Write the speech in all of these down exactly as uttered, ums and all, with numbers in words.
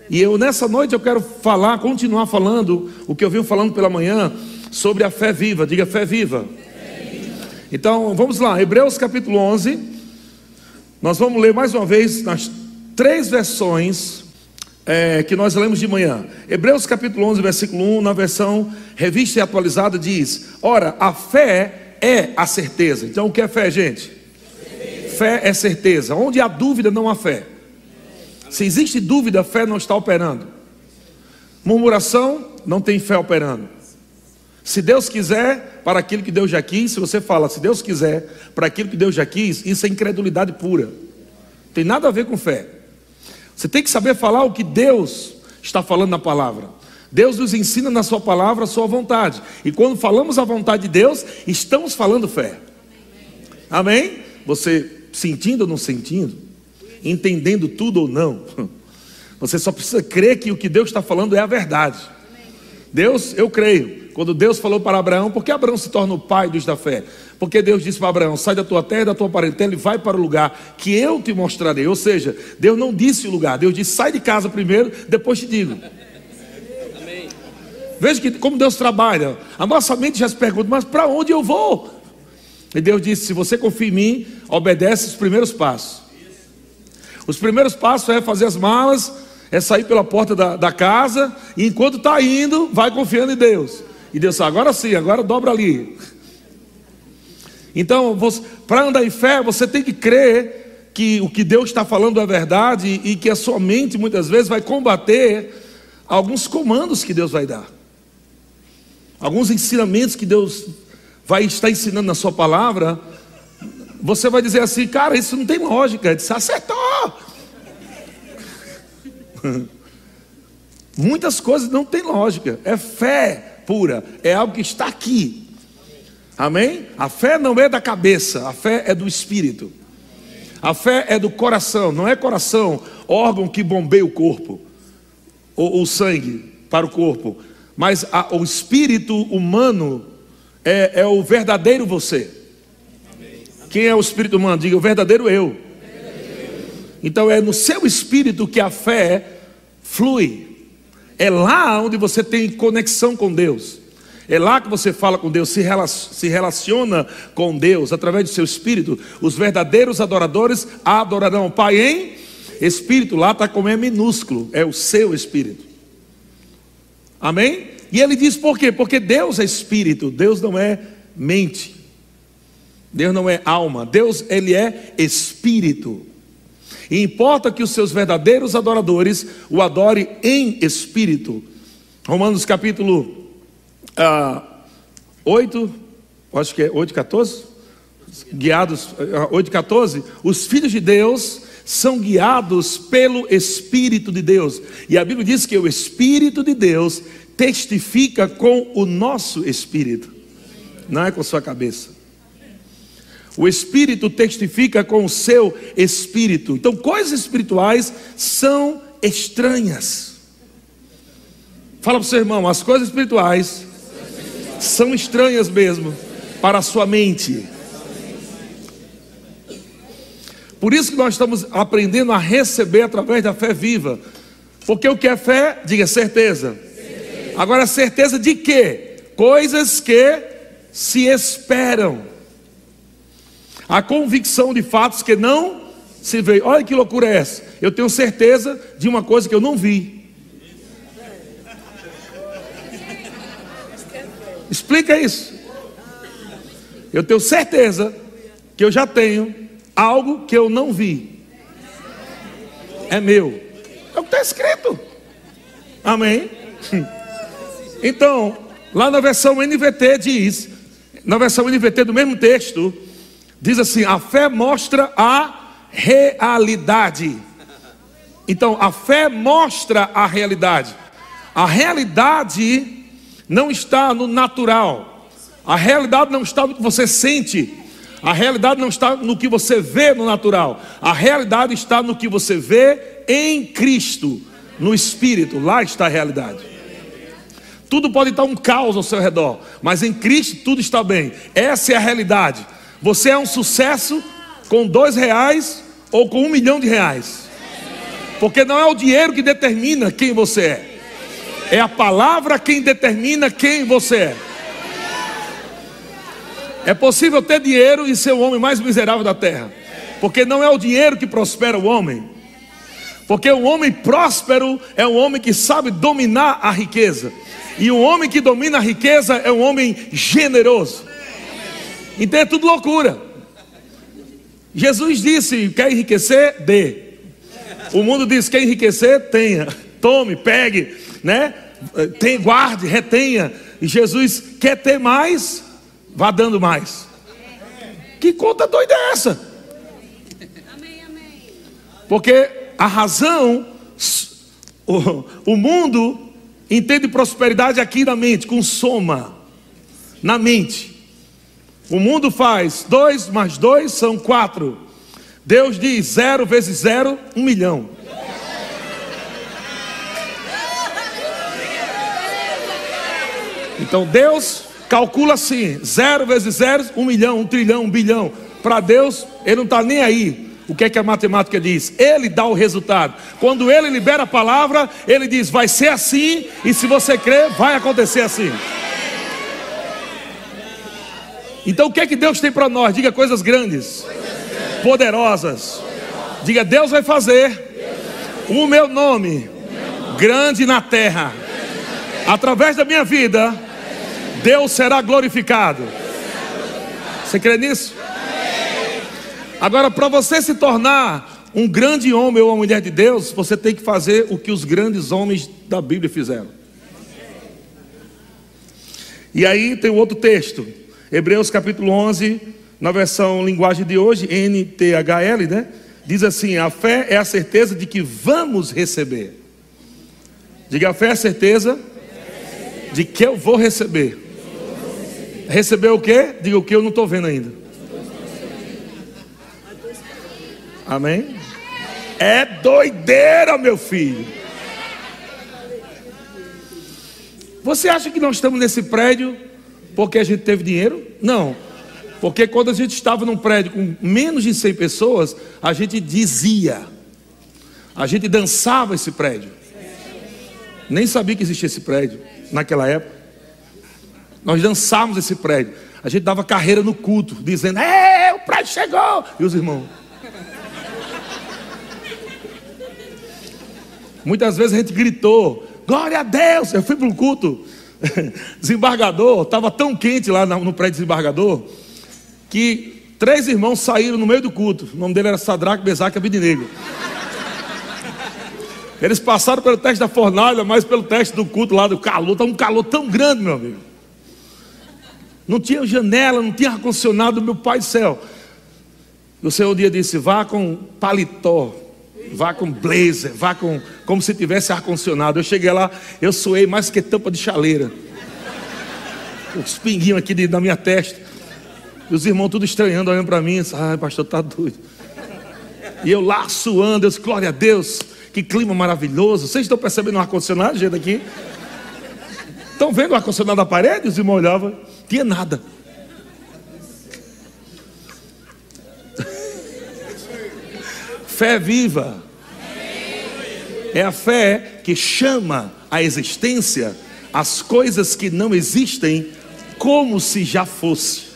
E eu nessa noite eu quero falar, continuar falando o que eu venho falando pela manhã sobre a fé viva. Diga fé viva. Então vamos lá, Hebreus capítulo onze. Nós vamos ler mais uma vez nas três versões é, que nós lemos de manhã. Hebreus capítulo onze, versículo um, na versão revista e atualizada diz: ora, a fé é a certeza. Então o que é fé, gente? Fé é certeza. Onde há dúvida não há fé. Se existe dúvida, a fé não está operando. Murmuração, não tem fé operando. Se Deus quiser, para aquilo que Deus já quis. Se você fala, se Deus quiser, para aquilo que Deus já quis, isso é incredulidade pura. Tem nada a ver com fé. Você tem que saber falar o que Deus está falando na palavra. Deus nos ensina na sua palavra a sua vontade. E quando falamos a vontade de Deus, estamos falando fé. Amém? Você sentindo ou não sentindo, entendendo tudo ou não, você só precisa crer que o que Deus está falando é a verdade. Deus, eu creio. Quando Deus falou para Abraão, por que Abraão se torna o pai dos da fé? Porque Deus disse para Abraão: sai da tua terra e da tua parentela e vai para o lugar que eu te mostrarei. Ou seja, Deus não disse o lugar, Deus disse: sai de casa primeiro, depois te digo. Amém. Veja que, como Deus trabalha. A nossa mente já se pergunta: mas para onde eu vou? E Deus disse: se você confia em mim, obedece os primeiros passos. Os primeiros passos é fazer as malas, é sair pela porta da, da casa, e enquanto está indo, vai confiando em Deus. E Deus fala: agora sim, agora dobra ali. Então, para andar em fé, você tem que crer que o que Deus está falando é verdade, e que a sua mente muitas vezes vai combater alguns comandos que Deus vai dar, alguns ensinamentos que Deus vai estar ensinando na sua palavra. Você vai dizer assim: cara, isso não tem lógica. Você acertou. Muitas coisas não tem lógica. É fé pura, é algo que está aqui. Amém? A fé não é da cabeça, a fé é do espírito. A fé é do coração. Não é coração, órgão que bombeia o corpo, ou o sangue para o corpo. Mas a, o espírito humano é, é o verdadeiro você. Quem é o espírito humano? Diga: o verdadeiro eu. Então é no seu espírito que a fé flui. É lá onde você tem conexão com Deus. É lá que você fala com Deus, se relaciona com Deus através do seu espírito. Os verdadeiros adoradores adorarão o Pai em espírito. Lá está como é minúsculo, é o seu espírito. Amém? E ele diz por quê? Porque Deus é espírito, Deus não é mente, Deus não é alma, Deus ele é espírito. E importa que os seus verdadeiros adoradores o adorem em espírito. Romanos capítulo ah, oito, acho que é oito, catorze, guiados, oito, catorze, os filhos de Deus são guiados pelo Espírito de Deus. E a Bíblia diz que o Espírito de Deus testifica com o nosso espírito, não é com a sua cabeça. O Espírito testifica com o seu espírito. Então coisas espirituais são estranhas. Fala para o seu irmão: as coisas espirituais são estranhas mesmo para a sua mente. Por isso que nós estamos aprendendo a receber através da fé viva. Porque o que é fé? Diga certeza. Agora, certeza de quê? Coisas que se esperam. A convicção de fatos que não se vê. Olha que loucura é essa. Eu tenho certeza de uma coisa que eu não vi. Explica isso. Eu tenho certeza que eu já tenho algo que eu não vi. É meu. É o que está escrito. Amém? Então, lá na versão N V T diz, na versão N V T do mesmo texto, diz assim: a fé mostra a realidade. Então a fé mostra a realidade. A realidade não está no natural. A realidade não está no que você sente. A realidade não está no que você vê no natural. A realidade está no que você vê em Cristo, no Espírito. Lá está a realidade. Tudo pode estar um caos ao seu redor, mas em Cristo tudo está bem. Essa é a realidade. Você é um sucesso com dois reais ou com um milhão de reais. Porque não é o dinheiro que determina quem você é. É a palavra quem determina quem você é. É possível ter dinheiro e ser o homem mais miserável da terra. Porque não é o dinheiro que prospera o homem. Porque o homem próspero é um homem que sabe dominar a riqueza. E o homem que domina a riqueza é um homem generoso. Então é tudo loucura. Jesus disse: quer enriquecer? Dê. O mundo diz: quer enriquecer? Tenha. Tome, pegue, né? Tem, guarde, retenha. E Jesus quer ter mais, vá dando mais. Que conta doida é essa? Porque a razão, o, o mundo entende prosperidade aqui na mente, com soma, na mente. O mundo faz dois mais dois são quatro. Deus diz zero vezes zero, um milhão. Então Deus calcula assim: zero vezes zero, um milhão, um trilhão, um bilhão. Para Deus, Ele não está nem aí. O que é que a matemática diz? Ele dá o resultado. Quando Ele libera a palavra, Ele diz: vai ser assim. E se você crer, vai acontecer assim. Então o que é que Deus tem para nós? Diga: coisas grandes, poderosas. Diga: Deus vai fazer o meu nome grande na terra. Através da minha vida, Deus será glorificado. Você crê nisso? Agora, para você se tornar um grande homem ou uma mulher de Deus, você tem que fazer o que os grandes homens da Bíblia fizeram. E aí tem outro texto, Hebreus capítulo onze, na versão linguagem de hoje, N T H L, né? Diz assim: a fé é a certeza de que vamos receber. Diga: a fé é a certeza de que eu vou receber. Receber o quê? Diga: o que eu não estou vendo ainda. Amém? É doideira, meu filho. Você acha que nós estamos nesse prédio porque a gente teve dinheiro? Não. Porque quando a gente estava num prédio com menos de cem pessoas, a gente dizia, a gente dançava esse prédio. Nem sabia que existia esse prédio naquela época. Nós dançávamos esse prédio. A gente dava carreira no culto, dizendo: é, o prédio chegou. E os irmãos. Muitas vezes a gente gritou: glória a Deus. Eu fui para um culto desembargador, estava tão quente lá no prédio desembargador, que três irmãos saíram no meio do culto. O nome dele era Sadraque, Mesaque e Abednego. Eles passaram pelo teste da fornalha, mas pelo teste do culto lá do calor. Estava um calor tão grande, meu amigo. Não tinha janela, não tinha ar-condicionado, meu pai do céu. E o Senhor um dia disse: vá com paletó, vá com blazer, vá com, como se tivesse ar-condicionado. Eu cheguei lá, eu suei mais que tampa de chaleira. Os pinguinhos aqui de, na minha testa. E os irmãos tudo estranhando, olhando para mim. Ai, pastor, tá doido. E eu lá suando, eu disse: glória a Deus, que clima maravilhoso. Vocês estão percebendo o ar-condicionado, gente, aqui? Estão vendo o ar-condicionado na parede? Os irmãos olhavam, tinha nada. Fé viva. É a fé que chama à existência as coisas que não existem como se já fosse.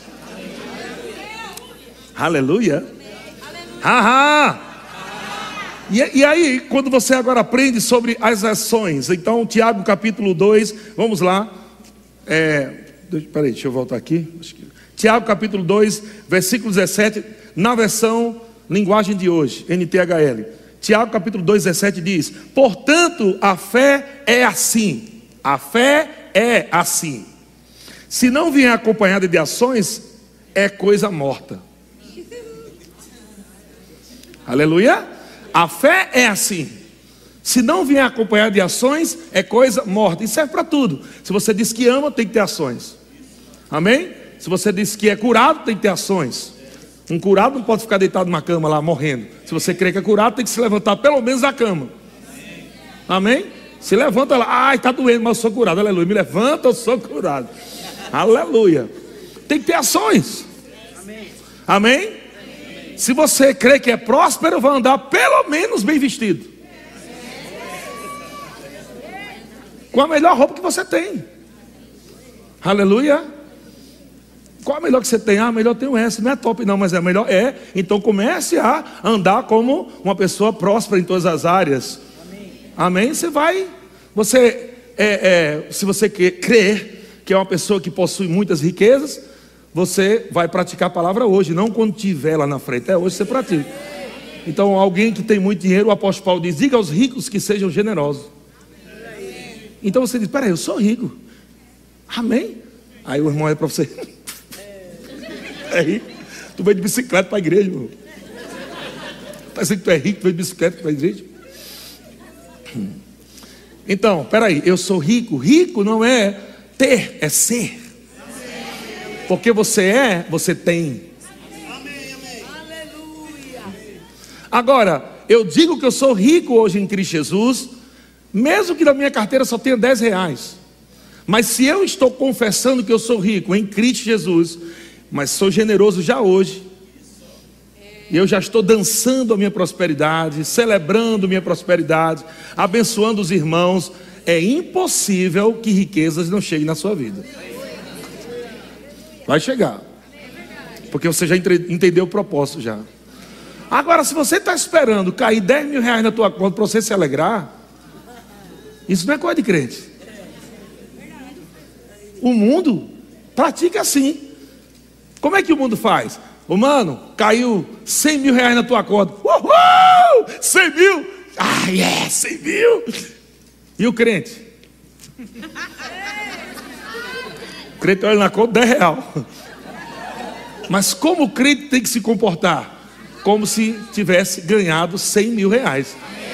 Aleluia. Haha. E, e aí, quando você agora aprende sobre as ações, então Tiago capítulo dois, vamos lá. É, peraí, deixa eu voltar aqui. Tiago capítulo dois, versículo dezessete, na versão linguagem de hoje, N T H L. Tiago capítulo dois, dezessete diz: portanto, a fé é assim. A fé é assim. Se não vier acompanhada de ações, é coisa morta. Aleluia. A fé é assim. Se não vier acompanhada de ações, é coisa morta. Isso serve para tudo. Se você diz que ama, tem que ter ações. Amém? Se você diz que é curado, tem que ter ações. Um curado não pode ficar deitado na cama lá, morrendo. Se você crê que é curado, tem que se levantar pelo menos da cama. Amém? Se levanta lá: ai, está doendo, mas eu sou curado. Aleluia. Me levanta, eu sou curado. Aleluia. Tem que ter ações. Amém? Se você crê que é próspero, vai andar pelo menos bem vestido. com a melhor roupa que você tem. Aleluia. Qual a melhor que você tem? Ah, melhor tenho essa. Não é top não, mas é a melhor. É, então comece a andar como uma pessoa próspera em todas as áreas. Amém. Amém? Você vai, você, é, é, se você crer que é uma pessoa que possui muitas riquezas, você vai praticar a palavra hoje, não quando estiver lá na frente. É hoje você pratica. Então alguém que tem muito dinheiro, o apóstolo Paulo diz, diga aos ricos que sejam generosos. Então você diz, peraí, eu sou rico. Amém? Aí o irmão olha para você. É rico? Tu vai de bicicleta para a igreja, irmão. Tá dizendo que tu é rico, tu vai de bicicleta para a igreja? Então, peraí, eu sou rico. Rico não é ter, é ser. Porque você é, você tem. Agora, eu digo que eu sou rico hoje em Cristo Jesus, mesmo que na minha carteira só tenha dez reais. Mas se eu estou confessando que eu sou rico em Cristo Jesus, mas sou generoso já hoje, e eu já estou dançando a minha prosperidade, celebrando minha prosperidade, abençoando os irmãos, é impossível que riquezas não cheguem na sua vida. Vai chegar, porque você já entendeu o propósito já. Agora, se você está esperando cair dez mil reais na tua conta para você se alegrar, isso não é coisa de crente. O mundo pratica assim. Como é que o mundo faz? Ô mano, caiu cem mil reais na tua conta. Uhul! cem mil! Ah, yeah, cem mil! E o crente? O crente olha na conta, dez reais. Mas como o crente tem que se comportar? Como se tivesse ganhado cem mil reais.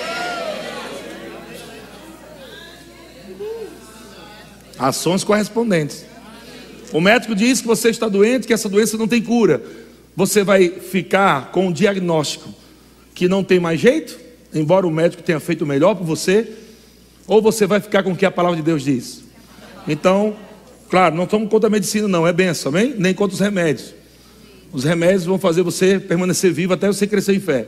Ações correspondentes. O médico diz que você está doente, que essa doença não tem cura. Você vai ficar com um diagnóstico que não tem mais jeito, embora o médico tenha feito o melhor por você, ou você vai ficar com o que a palavra de Deus diz. Então, claro, não estamos contra a medicina não, é benção, amém? Nem contra os remédios. Os remédios vão fazer você permanecer vivo até você crescer em fé.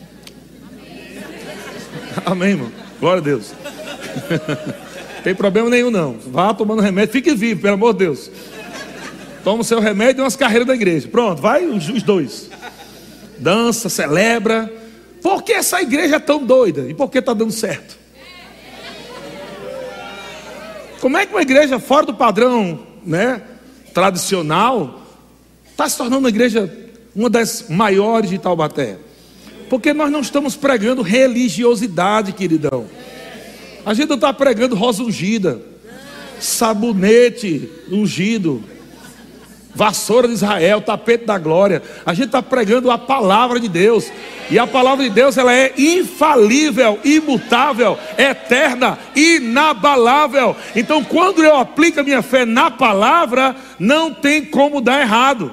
Amém, irmão? Glória a Deus. Não tem problema nenhum não. Vá tomando remédio, fique vivo, pelo amor de Deus. Toma o seu remédio e umas carreiras da igreja. Pronto, vai os, os dois. Dança, celebra. Por que essa igreja é tão doida? E por que está dando certo? Como é que uma igreja fora do padrão, né, tradicional está se tornando uma igreja, uma das maiores de Taubaté? Porque nós não estamos pregando religiosidade, queridão. A gente não está pregando rosa ungida, sabonete ungido, vassoura de Israel, tapete da glória. A gente está pregando a palavra de Deus. E a palavra de Deus, ela é infalível, imutável, eterna, inabalável. Então quando eu aplico a minha fé na palavra, não tem como dar errado.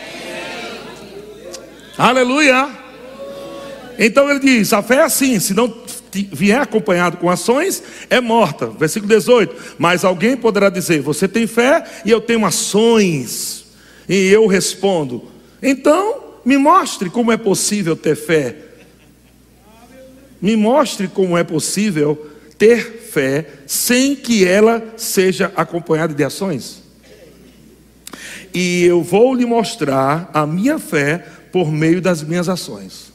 Aleluia. Então ele diz, a fé é assim, se não vier acompanhado com ações, é morta. Versículo dezoito, mas alguém poderá dizer, você tem fé e eu tenho ações. E eu respondo, então me mostre como é possível ter fé. Me mostre como é possível ter fé sem que ela seja acompanhada de ações. E eu vou lhe mostrar a minha fé por meio das minhas ações.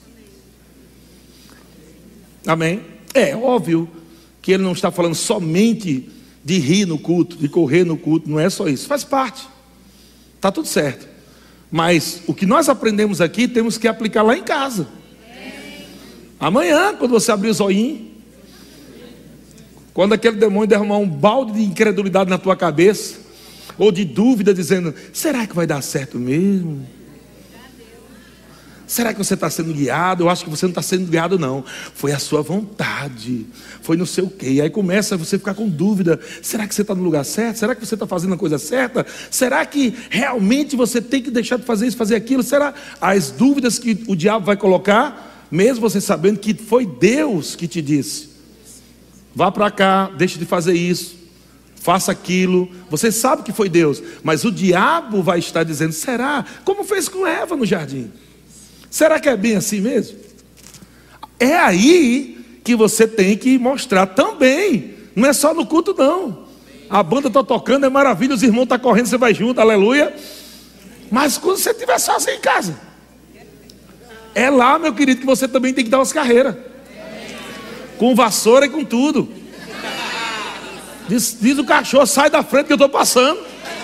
Amém? É óbvio que ele não está falando somente de rir no culto, de correr no culto, não é só isso, faz parte, está tudo certo. Mas o que nós aprendemos aqui, temos que aplicar lá em casa. Amanhã, quando você abrir o zoinho, quando aquele demônio derramar um balde de incredulidade na tua cabeça, ou de dúvida, dizendo, será que vai dar certo mesmo? Será que você está sendo guiado? Eu acho que você não está sendo guiado não. Foi a sua vontade. Foi não sei o quê. E aí começa você a ficar com dúvida. Será que você está no lugar certo? Será que você está fazendo a coisa certa? Será que realmente você tem que deixar de fazer isso, fazer aquilo? Será? As dúvidas que o diabo vai colocar, mesmo você sabendo que foi Deus que te disse. Vá para cá, deixe de fazer isso, faça aquilo. Você sabe que foi Deus. Mas o diabo vai estar dizendo, será? Como fez com Eva no jardim? Será que é bem assim mesmo? É aí que você tem que mostrar também Não é só no culto não. A banda está tocando, é maravilha, os irmãos estão correndo, você vai junto, aleluia. Mas quando você estiver sozinho em casa, é lá, meu querido, que você também tem que dar umas carreiras. Com vassoura e com tudo. Diz, diz o cachorro, sai da frente que eu estou passando.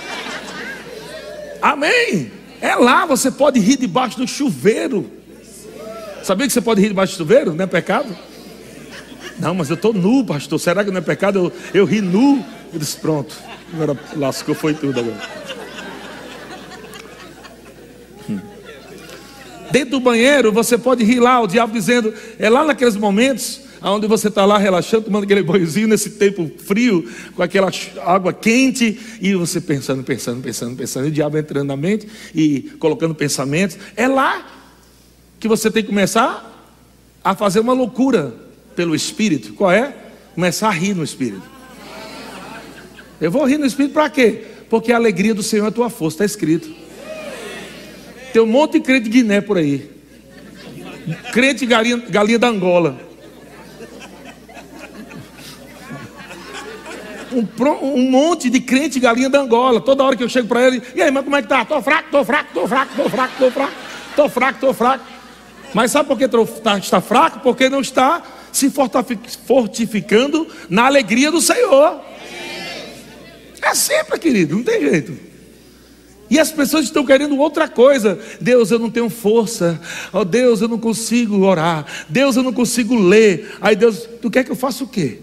Amém. É lá, você pode rir debaixo do chuveiro. Sabia que você pode rir debaixo do chuveiro? Não é pecado? Não, mas eu estou nu, pastor. Será que não é pecado? Eu, eu ri nu. Eu disse, pronto. Agora lascou, foi tudo agora. Hum. Dentro do banheiro, você pode rir lá, o diabo dizendo, é lá naqueles momentos onde você está lá relaxando, tomando aquele banhozinho nesse tempo frio, com aquela água quente, e você pensando, pensando, pensando, pensando, e o diabo entrando na mente e colocando pensamentos. É lá que você tem que começar a fazer uma loucura pelo Espírito. Qual é? Começar a rir no Espírito. Eu vou rir no Espírito para quê? Porque a alegria do Senhor é a tua força, está escrito. Tem um monte de crente de Guiné por aí, crente galinha, galinha da Angola. Um, um monte de crente galinha da Angola. Toda hora que eu chego para ele, e aí, mas como é que tá? Tô fraco, tô fraco, tô fraco, tô fraco, tô fraco, tô fraco, tô fraco. Mas sabe por que está fraco? Porque não está se fortificando na alegria do Senhor. É sempre, querido, não tem jeito. E as pessoas estão querendo outra coisa. Deus, eu não tenho força. Oh Deus, eu não consigo orar. Deus, eu não consigo ler. Aí Deus, tu quer que eu faça o quê?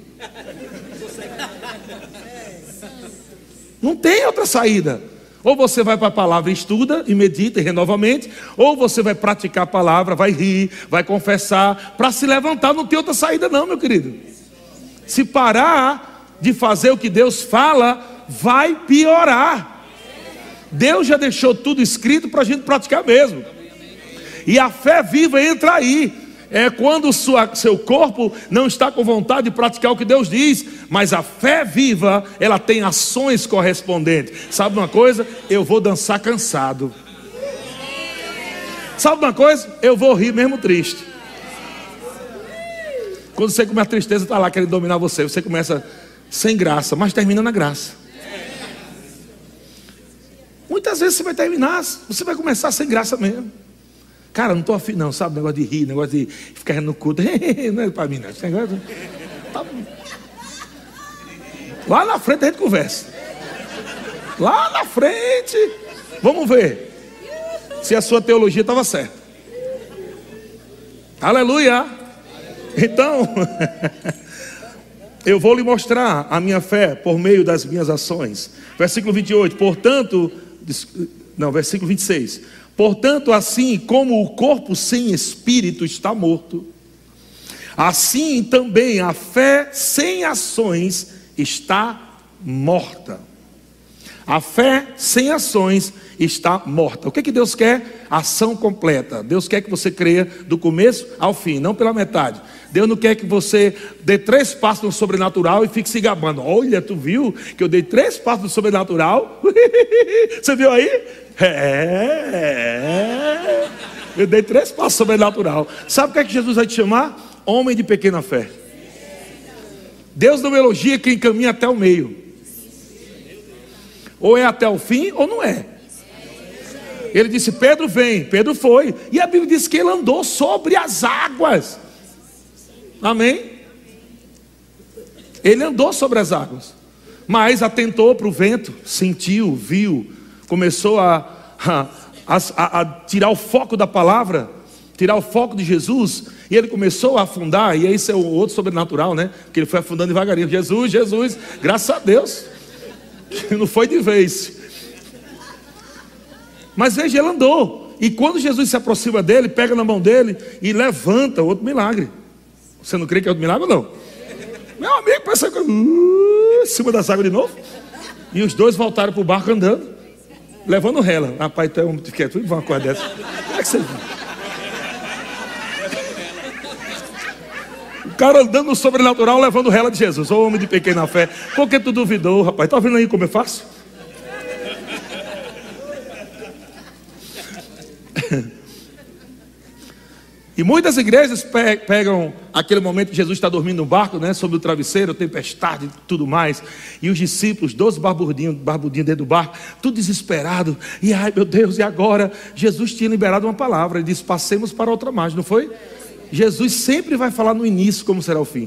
Não tem outra saída. Ou você vai para a palavra e estuda e medita e renova a mente, ou você vai praticar a palavra, vai rir, vai confessar, para se levantar. Não tem outra saída não, meu querido. Se parar de fazer o que Deus fala, vai piorar. Deus já deixou tudo escrito para a gente praticar mesmo. E a fé viva entra aí. É quando sua, seu corpo não está com vontade de praticar o que Deus diz, mas a fé viva, ela tem ações correspondentes. Sabe uma coisa? Eu vou dançar cansado. Sabe uma coisa? Eu vou rir mesmo triste. Quando você começa a tristeza, está lá querendo dominar você. Você começa sem graça, mas termina na graça. Muitas vezes você vai terminar, você vai começar sem graça mesmo. Cara, não estou afim não, sabe? Negócio de rir, negócio de ficar no culto. Não é para mim não. Esse negócio... tá... Lá na frente a gente conversa. Lá na frente. Vamos ver se a sua teologia estava certa. Aleluia. Então, eu vou lhe mostrar a minha fé por meio das minhas ações. Versículo vinte e oito. Portanto, não, versículo vinte e seis. Portanto, assim como o corpo sem espírito está morto, assim também a fé sem ações está morta. A fé sem ações está morta. O que que Deus quer? Ação completa. Deus quer que você creia do começo ao fim, não pela metade. Deus não quer que você dê três passos no sobrenatural e fique se gabando. Olha, tu viu que eu dei três passos no sobrenatural? Você viu aí? É, eu dei três passos sobrenatural. Sabe o que é que Jesus vai te chamar? Homem de pequena fé. Deus não elogia quem caminha até o meio. Ou é até o fim ou não é. Ele disse, Pedro vem. Pedro foi. E a Bíblia diz que ele andou sobre as águas. Amém? Ele andou sobre as águas, mas atentou para o vento, sentiu, viu, começou a, a, a, a tirar o foco da palavra, tirar o foco de Jesus, e ele começou a afundar. E esse é o outro sobrenatural, né? Que ele foi afundando devagarinho. Jesus, Jesus, graças a Deus, não foi de vez. Mas veja, ele andou. E quando Jesus se aproxima dele, pega na mão dele e levanta. Outro milagre. Você não crê que é outro milagre ou não? Meu amigo, pensa que uh, em cima das águas de novo. E os dois voltaram para o barco andando, levando rela. Rapaz, tu é um que tu uma coisa dessa. Como é que você viu? O cara andando no sobrenatural, levando rela de Jesus. Ô homem de pequena fé, por que tu duvidou, rapaz? Tá vendo aí como eu faço? E muitas igrejas pe- pegam aquele momento que Jesus está dormindo no barco, né, sobre o travesseiro, tempestade e tudo mais. E os discípulos, doze barbudinhos, barbudinhos dentro do barco, tudo desesperado. E ai meu Deus, e agora? Jesus tinha liberado uma palavra. Ele disse, passemos para outra margem, não foi? Jesus sempre vai falar no início como será o fim.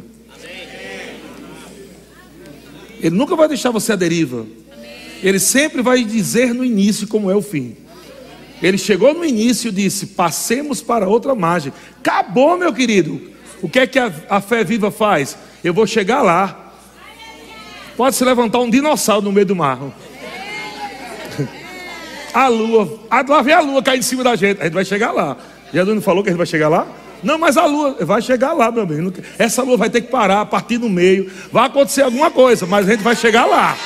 Ele nunca vai deixar você à deriva. Ele sempre vai dizer no início como é o fim. Ele chegou no início e disse, passemos para outra margem. Acabou, meu querido. O que é que a, a fé viva faz? Eu vou chegar lá. Pode se levantar um dinossauro no meio do mar. A lua, lá vem a lua cair em cima da gente. A gente vai chegar lá. Jesus não falou que a gente vai chegar lá? Não, mas a lua vai chegar lá, meu amigo. Essa lua vai ter que parar, partir no meio. Vai acontecer alguma coisa, mas a gente vai chegar lá.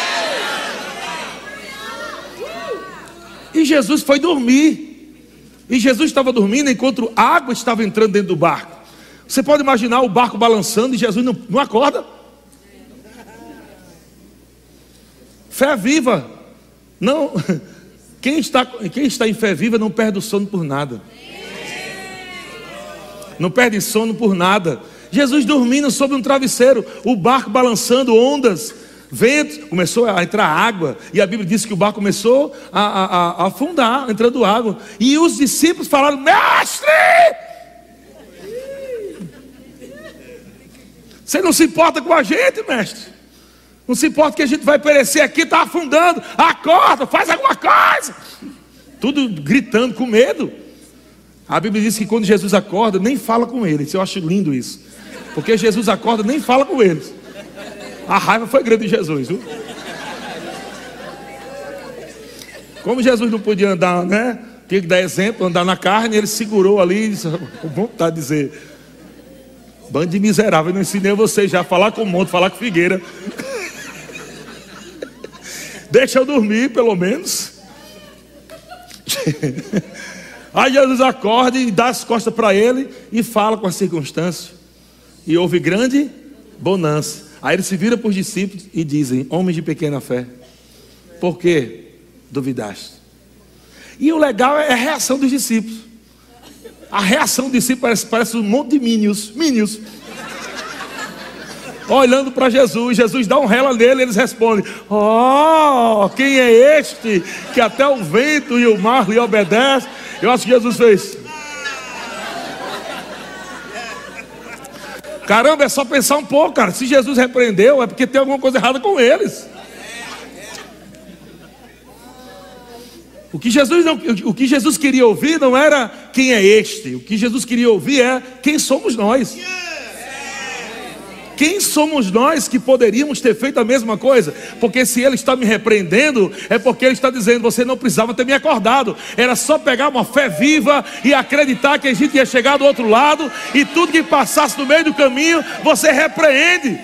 E Jesus foi dormir. E Jesus estava dormindo enquanto a água estava entrando dentro do barco. Você pode imaginar o barco balançando e Jesus não, não acorda? Fé viva. Não, quem está, quem está em fé viva não perde o sono por nada. Não perde sono por nada. Jesus dormindo sobre um travesseiro, o barco balançando, ondas, vento, começou a entrar água. E a Bíblia diz que o barco começou a, a, a afundar, entrando água. E os discípulos falaram, mestre, você não se importa com a gente, mestre? Não se importa que a gente vai perecer aqui, está afundando. Acorda, faz alguma coisa. Tudo gritando com medo. A Bíblia diz que quando Jesus acorda, nem fala com eles. Eu acho lindo isso. Porque Jesus acorda, nem fala com eles. A raiva foi grande de Jesus, viu? Como Jesus não podia andar, né? Tinha que dar exemplo, andar na carne. Ele segurou ali e disse, com vontade de dizer, bando de miserável, eu não ensinei vocês já a falar com monte, falar com figueira. Deixa eu dormir, pelo menos. Aí Jesus acorda e dá as costas para ele e fala com a circunstância. E houve grande bonança. Aí ele se vira para os discípulos e dizem, homens de pequena fé, por que duvidaste? E o legal é a reação dos discípulos. A reação dos discípulos parece, parece um monte de mínios, mínios. Olhando para Jesus, Jesus dá um rela nele, eles respondem, oh, quem é este que até o vento e o mar lhe obedecem? Eu acho que Jesus fez, caramba, é só pensar um pouco, cara. Se Jesus repreendeu, é porque tem alguma coisa errada com eles. O que Jesus não, o que Jesus queria ouvir não era quem é este. O que Jesus queria ouvir é quem somos nós. Quem somos nós que poderíamos ter feito a mesma coisa? Porque se ele está me repreendendo, é porque ele está dizendo, você não precisava ter me acordado. Era só pegar uma fé viva e acreditar que a gente ia chegar do outro lado. E tudo que passasse no meio do caminho, você repreende.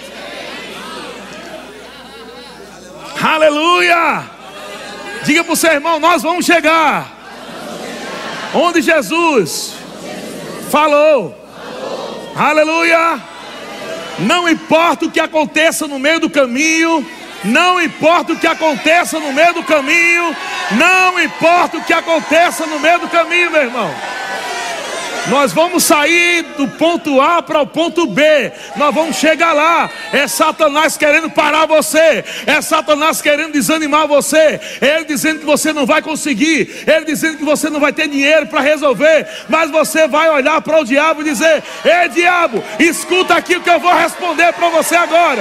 Aleluia! Diga para o seu irmão, nós vamos chegar onde Jesus falou. Aleluia! Não importa o que aconteça no meio do caminho, não importa o que aconteça no meio do caminho, não importa o que aconteça no meio do caminho, meu irmão. Nós vamos sair do ponto A para o ponto B. Nós vamos chegar lá. É Satanás querendo parar você. É Satanás querendo desanimar você. É ele dizendo que você não vai conseguir. É ele dizendo que você não vai ter dinheiro para resolver. Mas você vai olhar para o diabo e dizer, ei diabo, escuta aqui o que eu vou responder para você agora.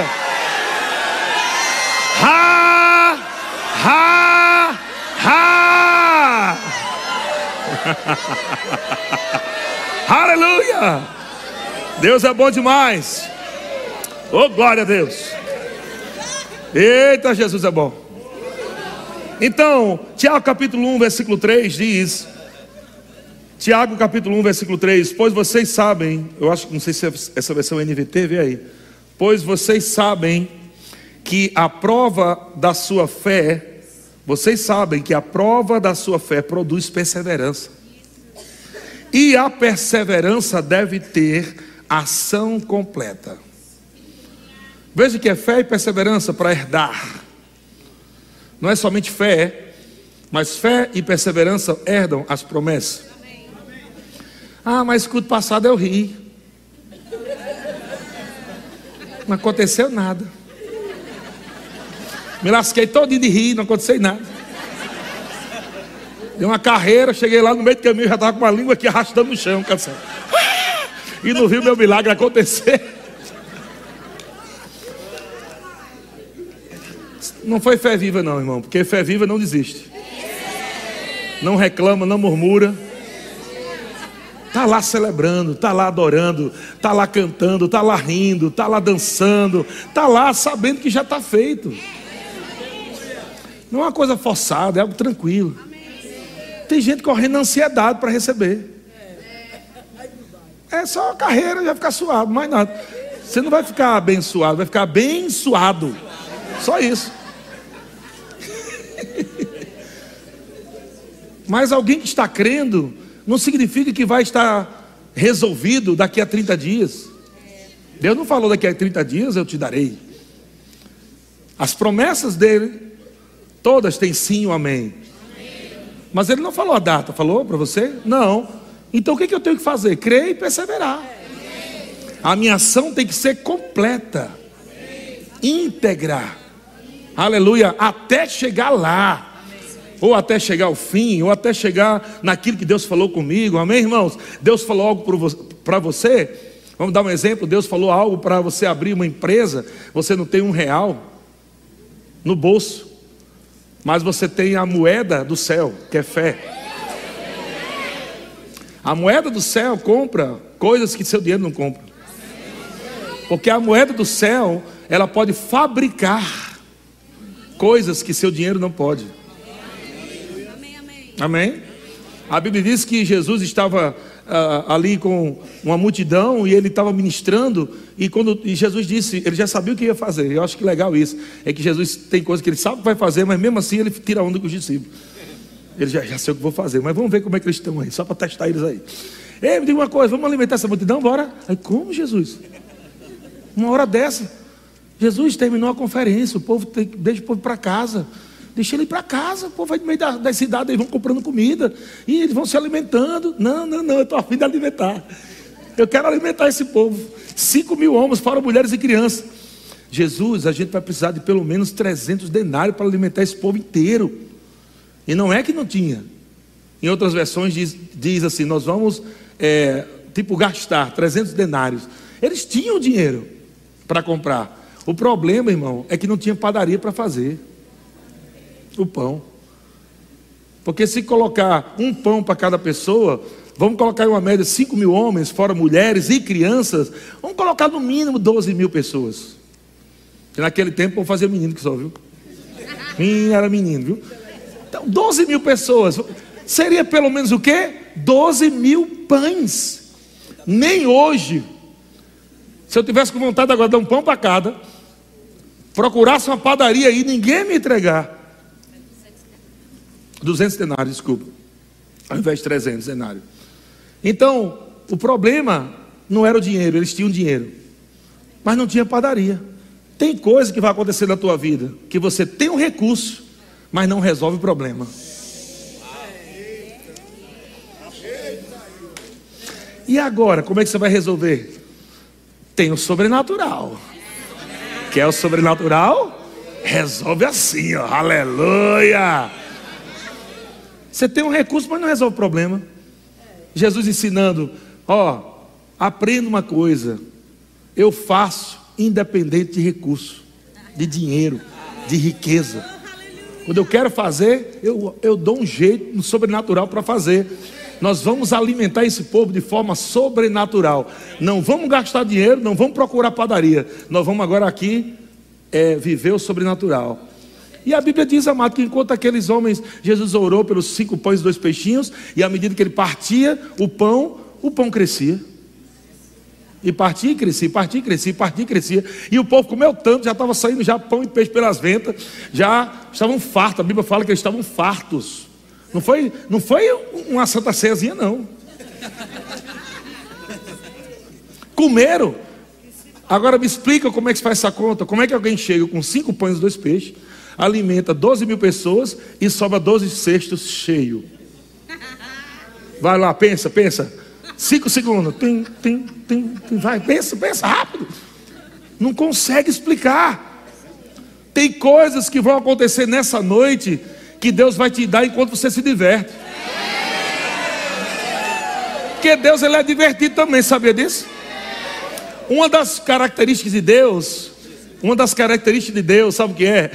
Ha, ha, ha. Aleluia! Deus é bom demais. Oh, glória a Deus. Eita, Jesus é bom. Então, Tiago capítulo um, versículo três diz, Tiago capítulo um, versículo três, pois vocês sabem, eu acho que não sei se essa versão é N V T, vê aí. Pois vocês sabem que a prova da sua fé, vocês sabem que a prova da sua fé produz perseverança. E a perseverança deve ter ação completa. Veja que é fé e perseverança para herdar. Não é somente fé, mas fé e perseverança herdam as promessas. Ah, mas culto passado eu ri. Não aconteceu nada. Me lasquei todinho de rir, não aconteceu nada. Dei uma carreira, cheguei lá no meio do caminho, já estava com uma língua aqui arrastando no chão, cansado. E não viu meu milagre acontecer. Não foi fé viva não, irmão, porque fé viva não desiste. Não reclama, não murmura. Está lá celebrando, está lá adorando, está lá cantando, está lá rindo, está lá dançando, está lá sabendo que já está feito. Não é uma coisa forçada, é algo tranquilo. Tem gente correndo na ansiedade para receber. É só a carreira, já ficar suado, mais nada. Você não vai ficar abençoado, vai ficar abençoado. Só isso. Mas alguém que está crendo não significa que vai estar resolvido daqui a trinta dias. Deus não falou daqui a trinta dias eu te darei. As promessas dele, todas têm sim ou amém. Mas ele não falou a data, falou para você? Não. Então o que, que eu tenho que fazer? Crer e perseverar. A minha ação tem que ser completa, íntegra. Aleluia, até chegar lá. Ou até chegar ao fim, ou até chegar naquilo que Deus falou comigo, amém, irmãos? Deus falou algo para você, vamos dar um exemplo. Deus falou algo para você abrir uma empresa, você não tem um real no bolso, mas você tem a moeda do céu, que é fé. A moeda do céu compra coisas que seu dinheiro não compra, porque a moeda do céu, ela pode fabricar coisas que seu dinheiro não pode. Amém? A Bíblia diz que Jesus estava uh, ali com uma multidão e ele estava ministrando, e quando e Jesus disse, ele já sabia o que ia fazer. Eu acho que legal isso, é que Jesus tem coisas que ele sabe que vai fazer, mas mesmo assim ele tira onda com os discípulos. Ele já, já sei o que vou fazer, mas vamos ver como é que eles estão aí, só para testar eles aí. Ei, me diga uma coisa, vamos alimentar essa multidão, bora? Aí, como, Jesus? Uma hora dessa, Jesus terminou a conferência, o povo tem, deixa o povo para casa. Deixa ele ir para casa, o povo vai no meio da, da cidade, eles vão comprando comida, e eles vão se alimentando. Não, não, não, eu estou a fim de alimentar. Eu quero alimentar esse povo. Cinco mil homens, fora mulheres e crianças. Jesus, a gente vai precisar de pelo menos trezentos denários para alimentar esse povo inteiro. E não é que não tinha. Em outras versões diz, diz assim, nós vamos, é, tipo, gastar trezentos denários. Eles tinham dinheiro para comprar. O problema, irmão, é que não tinha padaria para fazer o pão. Porque se colocar um pão para cada pessoa, vamos colocar em uma média cinco mil homens, fora mulheres e crianças, vamos colocar no mínimo doze mil pessoas. E naquele tempo eu fazia menino que só, viu? Menino era menino, viu? Então doze mil pessoas, seria pelo menos o quê? doze mil pães. Nem hoje, se eu tivesse com vontade agora de dar um pão para cada, procurasse uma padaria aí, ninguém me entregar duzentos denários, desculpa, ao invés de trezentos denários. Então, o problema não era o dinheiro, eles tinham dinheiro, mas não tinha padaria. Tem coisa que vai acontecer na tua vida, que você tem um recurso, mas não resolve o problema. E agora, como é que você vai resolver? Tem o sobrenatural. Quer o sobrenatural? Resolve assim, ó, aleluia. Você tem um recurso, mas não resolve o problema. Jesus ensinando, ó, aprenda uma coisa, eu faço independente de recurso, de dinheiro, de riqueza. Quando eu quero fazer, eu, eu dou um jeito no sobrenatural para fazer. Nós vamos alimentar esse povo de forma sobrenatural. Não vamos gastar dinheiro, não vamos procurar padaria. Nós vamos agora aqui é, viver o sobrenatural. E a Bíblia diz, amado, que enquanto aqueles homens, Jesus orou pelos cinco pães e dois peixinhos, e à medida que ele partia o pão, o pão crescia. E partia e crescia, partia e crescia, partia e crescia. E o povo comeu tanto, já estava saindo já pão e peixe pelas ventas, já estavam fartos. A Bíblia fala que eles estavam fartos. Não foi, não foi uma santa ceiazinha, não. Comeram. Agora me explica como é que se faz essa conta. Como é que alguém chega com cinco pães e dois peixes, alimenta doze mil pessoas e sobra doze cestos cheios? Vai lá, pensa, pensa. Cinco segundos. Tim, tim, tim, tim. Vai, pensa, pensa rápido. Não consegue explicar. Tem coisas que vão acontecer nessa noite que Deus vai te dar enquanto você se diverte. Porque Deus, ele é divertido também, sabia disso? Uma das características de Deus, uma das características de Deus, sabe o que é?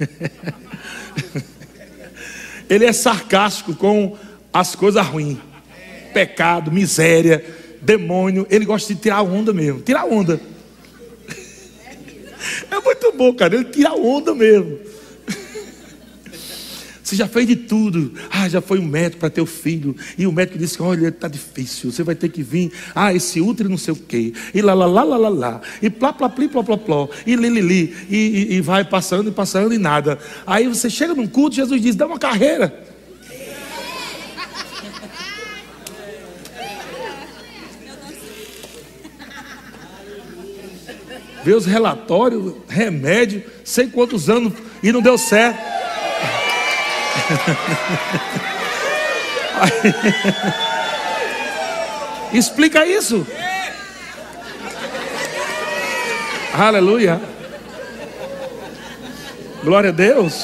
Ele é sarcástico com as coisas ruins. Pecado, miséria, demônio. Ele gosta de tirar onda mesmo. Tirar onda. É muito bom, cara. Ele tira onda mesmo. Você já fez de tudo. Ah, já foi um médico para ter o filho. E o médico disse: olha, está difícil. Você vai ter que vir. Ah, esse útero não sei o quê. E lá, lá, lá, lá, lá, lá. E plá, plá, pli, plá, plá, plá. E li, li, li. E, e, e vai passando e passando e nada. Aí você chega num culto, Jesus diz: dá uma carreira. Vê os relatórios, remédio, sei quantos anos e não deu certo. Explica isso. Aleluia. Glória a Deus.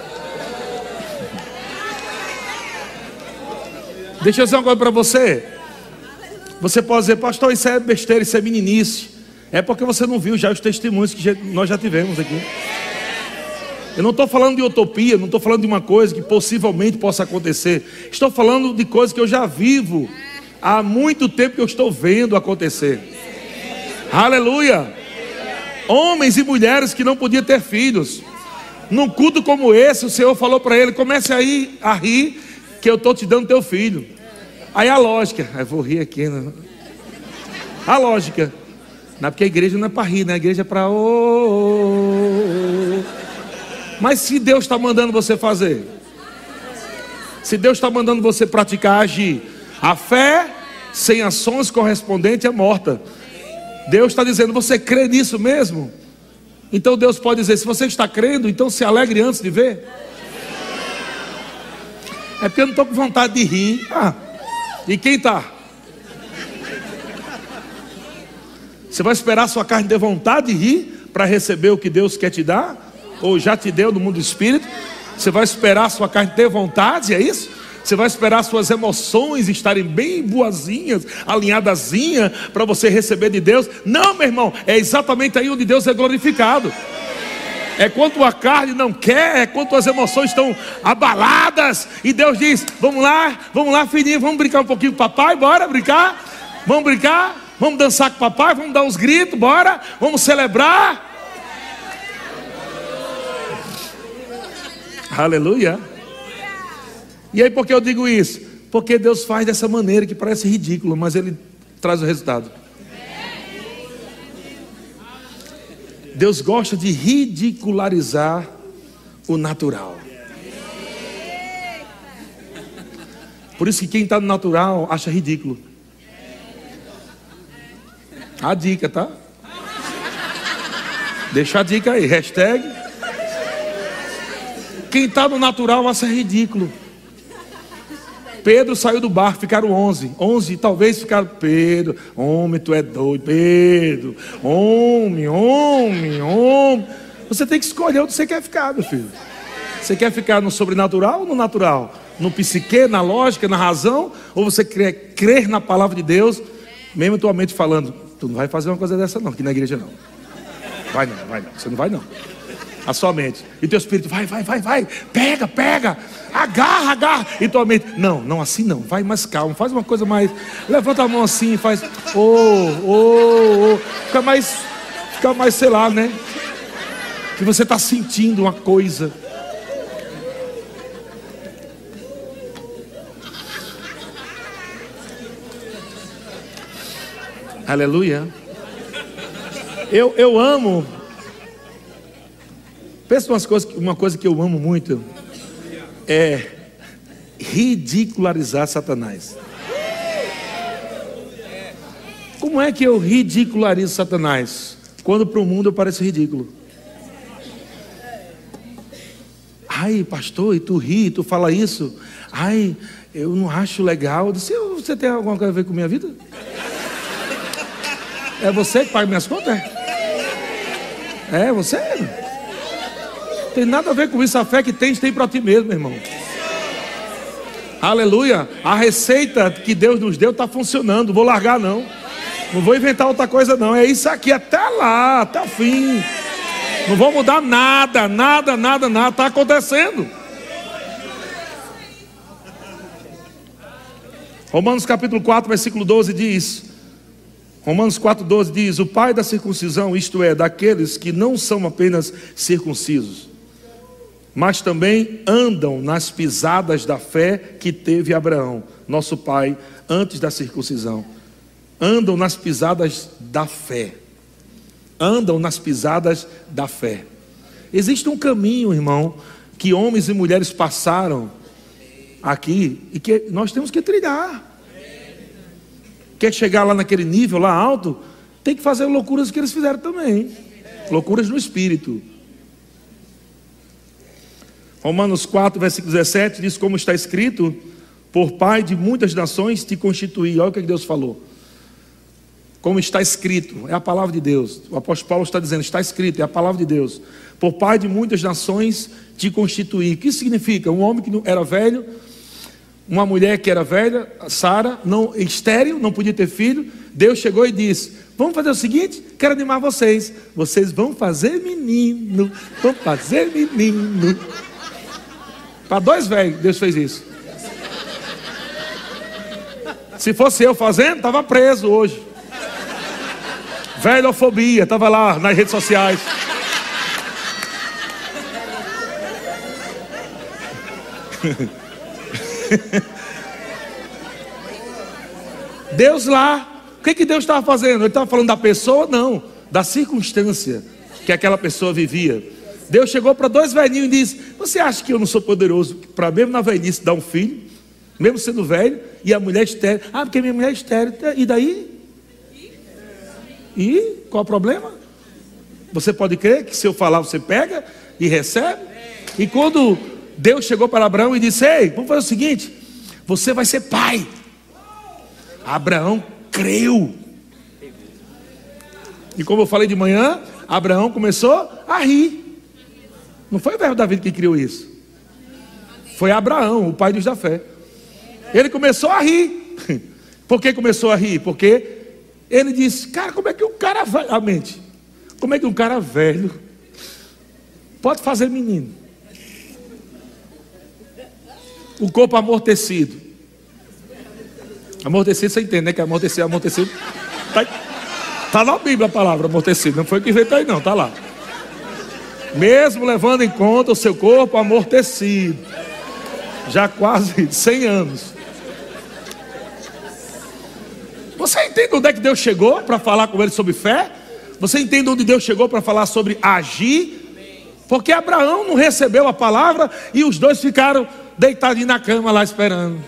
Deixa eu dizer uma coisa para você. Você pode dizer: pastor, isso é besteira, isso é meninice. É porque você não viu já os testemunhos que já, nós já tivemos aqui. Eu não estou falando de utopia, não estou falando de uma coisa que possivelmente possa acontecer. Estou falando de coisas que eu já vivo há muito tempo, que eu estou vendo acontecer. Aleluia. Homens e mulheres que não podiam ter filhos. Num culto como esse, o Senhor falou para ele: comece aí a rir, que eu estou te dando teu filho. Aí a lógica, eu vou rir aqui, né? A lógica, não é porque a igreja não é para rir, né? A igreja é para... Oh, oh, oh. Mas se Deus está mandando você fazer, se Deus está mandando você praticar, agir, a fé sem ações correspondentes é morta. Deus está dizendo: você crê nisso mesmo? Então Deus pode dizer: se você está crendo, então se alegre antes de ver. É porque eu não estou com vontade de rir. Ah, e quem está? Você vai esperar a sua carne ter vontade de rir para receber o que Deus quer te dar? Ou já te deu no mundo do espírito? Você vai esperar a sua carne ter vontade, é isso? Você vai esperar as suas emoções estarem bem boazinhas, alinhadazinhas, para você receber de Deus? Não, meu irmão, é exatamente aí onde Deus é glorificado. É quando a carne não quer, é quando as emoções estão abaladas, e Deus diz: vamos lá, vamos lá, filhinho, vamos brincar um pouquinho com o papai, bora brincar? Vamos brincar? Vamos dançar com o papai, vamos dar uns gritos, bora? Vamos celebrar? Aleluia. E aí, por que eu digo isso? Porque Deus faz dessa maneira que parece ridículo, mas Ele traz o resultado. Deus gosta de ridicularizar o natural. Por isso que quem está no natural acha ridículo. A dica, tá? Deixa a dica aí, hashtag. Quem está no natural acha ridículo. Pedro saiu do barco, ficaram onze. Onze, talvez ficaram: Pedro, homem, tu é doido. Pedro, homem, homem, homem. Você tem que escolher onde você quer ficar, meu filho. Você quer ficar no sobrenatural ou no natural? No psique, na lógica, na razão? Ou você quer crer na palavra de Deus, mesmo tua mente falando: tu não vai fazer uma coisa dessa não, aqui na igreja não. Vai não, vai não, você não vai não. A sua mente. E teu espírito: vai, vai, vai, vai. Pega, pega. Agarra, agarra. E tua mente: não, não, assim não. Vai mais calmo. Faz uma coisa mais... Levanta a mão assim, faz... Oh, oh, oh. Fica mais... Fica mais, sei lá, né? Que você está sentindo uma coisa. Aleluia. Eu, eu amo... Pensa umas coisas, uma coisa que eu amo muito é ridicularizar Satanás. Como é que eu ridicularizo Satanás? Quando para o mundo eu pareço ridículo. Ai, pastor, e tu ri, tu fala isso? Ai, eu não acho legal. Eu disse: você tem alguma coisa a ver com a minha vida? É você que paga minhas contas? É, é você. Tem nada a ver com isso. A fé que tens, tem para ti mesmo, meu irmão. Aleluia. A receita que Deus nos deu está funcionando. Não vou largar não. Não vou inventar outra coisa não. É isso aqui até lá, até o fim. Não vou mudar nada, nada, nada, nada. Está acontecendo. Romanos capítulo quatro, versículo doze diz... Romanos quatro, doze diz: o pai da circuncisão, isto é, daqueles que não são apenas circuncisos, mas também andam nas pisadas da fé que teve Abraão, nosso pai, antes da circuncisão. Andam nas pisadas da fé. Andam nas pisadas da fé. Existe um caminho, irmão, que homens e mulheres passaram aqui e que nós temos que trilhar. Quer chegar lá naquele nível, lá alto, tem que fazer loucuras que eles fizeram também. Loucuras no espírito. Romanos quatro, versículo dezessete diz: como está escrito, por pai de muitas nações te constituí. Olha o que Deus falou. Como está escrito, é a palavra de Deus. O apóstolo Paulo está dizendo, está escrito, é a palavra de Deus. Por pai de muitas nações te constituí. O que significa? Um homem que era velho, uma mulher que era velha, Sara, não, estéril, não podia ter filho. Deus chegou e disse: vamos fazer o seguinte, quero animar vocês. Vocês vão fazer menino. Vão fazer menino. Para dois velhos, Deus fez isso. Se fosse eu fazendo, estava preso hoje. Velhofobia, estava lá nas redes sociais. Deus lá, o que, que Deus estava fazendo? Ele estava falando da pessoa? Não, da circunstância que aquela pessoa vivia. Deus chegou para dois velhinhos e disse: você acha que eu não sou poderoso para mesmo na velhice dar um filho, mesmo sendo velho? E a mulher estéril, ah, porque minha mulher é estéril. E daí? E qual o problema? Você pode crer que se eu falar você pega e recebe? E quando Deus chegou para Abraão e disse: ei, vamos fazer o seguinte, você vai ser pai. Abraão creu. E como eu falei de manhã, Abraão começou a rir. Não foi o verbo Davi que criou isso. Foi Abraão, o pai dos da fé. Ele começou a rir. Por que começou a rir? Porque ele disse: cara, como é que um cara velho, a mente, como é que um cara velho pode fazer menino? O corpo amortecido. Amortecido, você entende, né? Que amortecido, amortecido. Tá, tá na Bíblia a palavra amortecido. Não foi que inventou aí não, tá lá. Mesmo levando em conta o seu corpo amortecido. Já quase cem anos. Você entende onde é que Deus chegou para falar com ele sobre fé? Você entende onde Deus chegou para falar sobre agir? Porque Abraão não recebeu a palavra e os dois ficaram deitadinhos na cama lá esperando.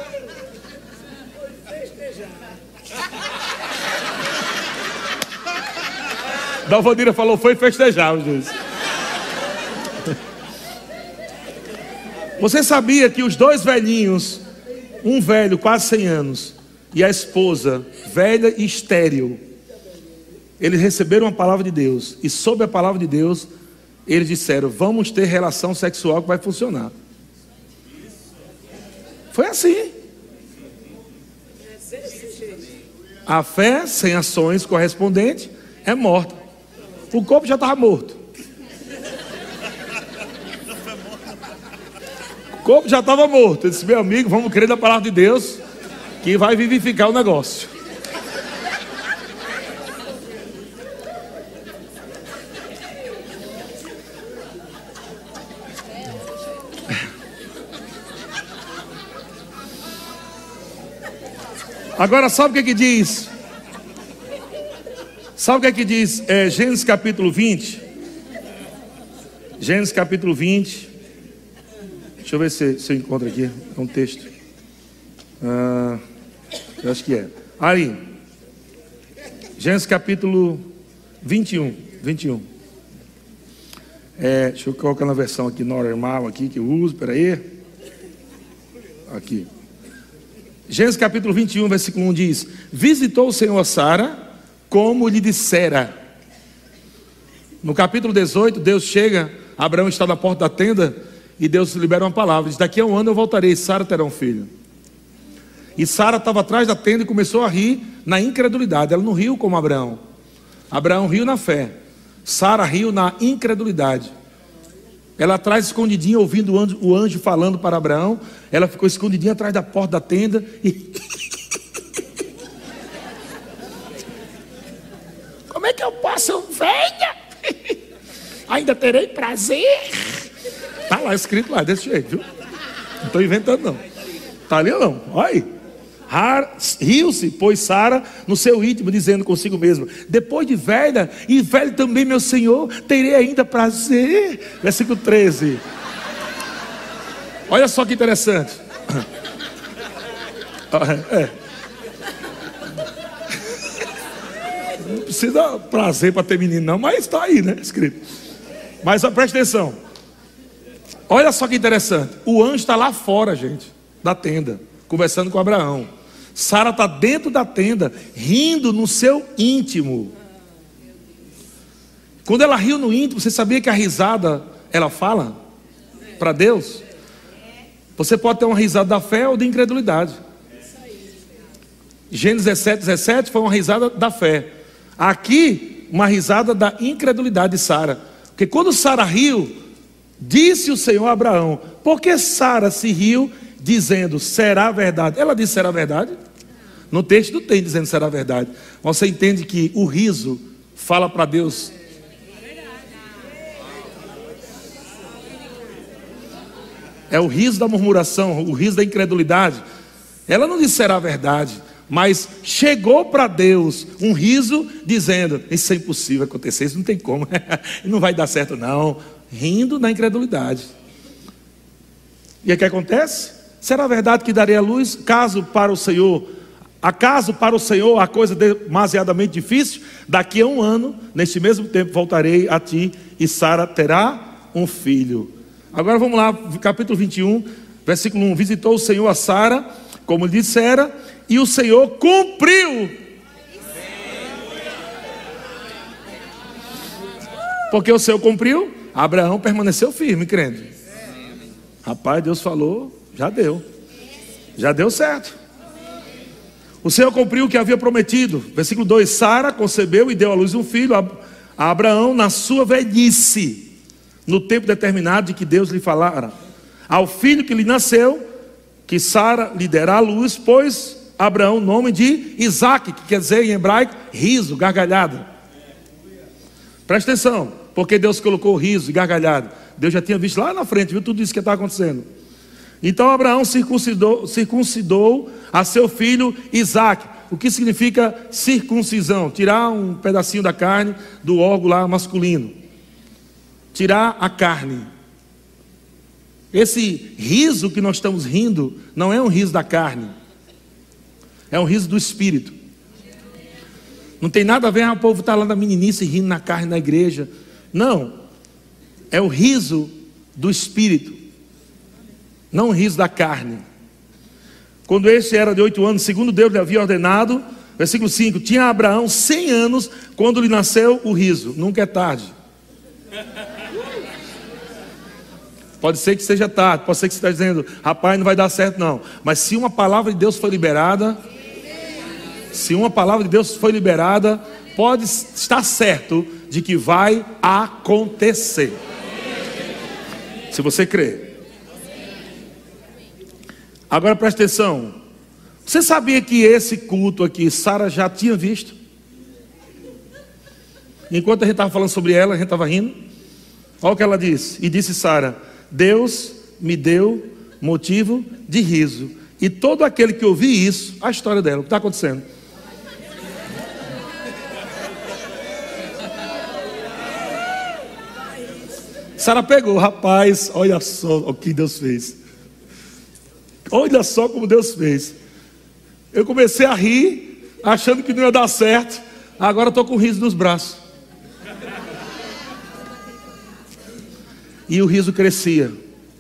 Dalvadira falou, foi festejar os dois. Você sabia que os dois velhinhos, um velho quase cem anos e a esposa velha e estéril, eles receberam a palavra de Deus, e sob a palavra de Deus eles disseram: vamos ter relação sexual que vai funcionar. Foi assim. A fé sem ações correspondentes é morta. O corpo já estava morto. O corpo já estava morto. Eu disse: meu amigo, vamos crer na palavra de Deus, que vai vivificar o negócio. Agora, sabe o que é que diz? Sabe o que é que diz é, Gênesis capítulo vinte? Gênesis capítulo vinte. Deixa eu ver se, se eu encontro aqui. É um texto. Ah, eu acho que é. Aí. Gênesis capítulo vinte e um. vinte e um. É, deixa eu colocar na versão aqui normal aqui que eu uso. Espera aí. Aqui. Gênesis capítulo vinte e um, versículo um diz: visitou o Senhor a Sara como lhe dissera. No capítulo dezoito, Deus chega, Abraão está na porta da tenda, e Deus libera uma palavra, diz: daqui a um ano eu voltarei, e Sara terá um filho. E Sara estava atrás da tenda e começou a rir na incredulidade. Ela não riu como Abraão. Abraão riu na fé, Sara riu na incredulidade. Ela atrás escondidinha, ouvindo o anjo, o anjo falando para Abraão. Ela ficou escondidinha atrás da porta da tenda e... Como é que eu posso, velha? Ainda terei prazer? Está lá escrito lá, desse jeito, viu? Não estou inventando não. Está ali ou não? Olha aí. Riu-se, pois Sara no seu íntimo, dizendo consigo mesmo: depois de velha, e velho também meu senhor, terei ainda prazer. Versículo treze. Olha só que interessante. É. Não precisa prazer para ter menino não, mas está aí, né, escrito. Mas ó, preste atenção. Olha só que interessante. O anjo está lá fora, gente, da tenda, conversando com Abraão. Sara está dentro da tenda, rindo no seu íntimo. Quando ela riu no íntimo, você sabia que a risada, ela fala para Deus? Você pode ter uma risada da fé ou da incredulidade. Gênesis dezessete, dezessete foi uma risada da fé. Aqui, uma risada da incredulidade de Sara. Porque quando Sara riu, disse o Senhor a Abraão: por que Sara se riu, dizendo será verdade? Ela disse será verdade? No texto não tem dizendo será verdade. Você entende que o riso fala para Deus. É o riso da murmuração, o riso da incredulidade. Ela não disse será verdade, mas chegou para Deus um riso dizendo: isso é impossível acontecer, isso não tem como, não vai dar certo não. Rindo na incredulidade. E o que acontece? Será verdade que darei a luz, caso para o Senhor, acaso para o Senhor a coisa demasiadamente difícil? Daqui a um ano, neste mesmo tempo, voltarei a ti e Sara terá um filho. Agora vamos lá, capítulo vinte e um, versículo um. Visitou o Senhor a Sara, como lhe dissera, e o Senhor cumpriu. Porque o Senhor cumpriu, Abraão permaneceu firme, crendo. Rapaz, Deus falou, já deu. Já deu certo. O Senhor cumpriu o que havia prometido. Versículo dois. Sara concebeu e deu à luz um filho a Abraão na sua velhice, no tempo determinado de que Deus lhe falara. Ao filho que lhe nasceu, que Sara lhe derá à luz, pôs Abraão o nome de Isaque, que quer dizer em hebraico riso, gargalhada. Presta atenção, porque Deus colocou riso e gargalhada. Deus já tinha visto lá na frente, viu tudo isso que estava acontecendo. Então Abraão circuncidou, circuncidou a seu filho Isaque. O que significa circuncisão? Tirar um pedacinho da carne do órgão lá masculino. Tirar a carne. Esse riso que nós estamos rindo não é um riso da carne, é um riso do espírito. Não tem nada a ver, ah, o povo está lá na meninice rindo na carne na igreja. Não, é o riso do espírito, não o riso da carne. Quando este era de oito anos, segundo Deus lhe havia ordenado, versículo cinco, tinha Abraão cem anos quando lhe nasceu o riso. Nunca é tarde. Pode ser que seja tarde, pode ser que você esteja dizendo, rapaz, não vai dar certo não. Mas se uma palavra de Deus foi liberada, se uma palavra de Deus foi liberada, pode estar certo de que vai acontecer. Se você crer. Agora preste atenção. Você sabia que esse culto aqui, Sara já tinha visto? Enquanto a gente estava falando sobre ela, a gente estava rindo. Olha o que ela disse. E disse Sara: Deus me deu motivo de riso. E todo aquele que ouvir isso, a história dela, o que está acontecendo? Sara pegou, rapaz, olha só o que Deus fez. Olha só como Deus fez. Eu comecei a rir, achando que não ia dar certo. Agora estou com o riso nos braços. E o riso crescia.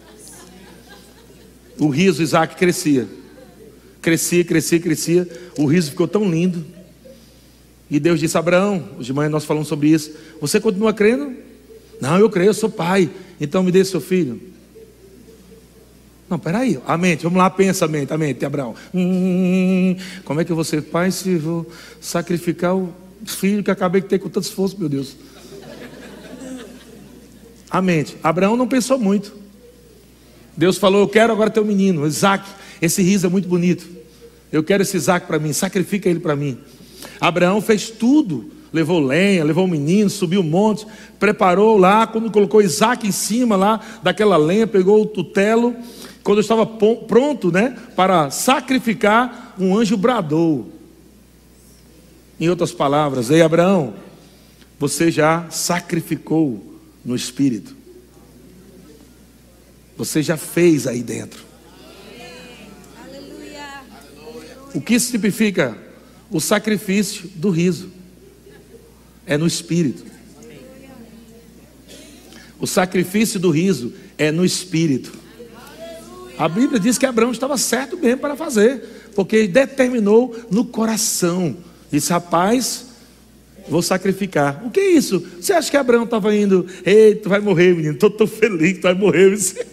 O riso, Isaac, crescia. Crescia, crescia, crescia. O riso ficou tão lindo. E Deus disse: Abraão, hoje de manhã nós falamos sobre isso, você continua crendo? Não, eu creio, eu sou pai, então me dê seu filho. Não, peraí, a mente, vamos lá, pensa a mente, a mente, Abraão. Hum, como é que eu vou ser pai se vou sacrificar o filho que acabei de ter com tanto esforço, meu Deus? A mente, Abraão não pensou muito. Deus falou: eu quero agora ter um menino, Isaac, esse riso é muito bonito, eu quero esse Isaac para mim, sacrifica ele para mim. Abraão fez tudo, levou lenha, levou o menino, subiu o monte, preparou lá, quando colocou Isaac em cima lá daquela lenha, pegou o tutelo. Quando eu estava pronto, né, para sacrificar, um anjo bradou. Em outras palavras: ei Abraão, você já sacrificou no Espírito. Você já fez aí dentro. O que isso significa? O sacrifício do riso é no Espírito. O sacrifício do riso é no Espírito. A Bíblia diz que Abraão estava certo mesmo para fazer, porque ele determinou no coração. Disse: rapaz, vou sacrificar. O que é isso? Você acha que Abraão estava indo: ei, tu vai morrer, menino, estou tão feliz que tu vai morrer.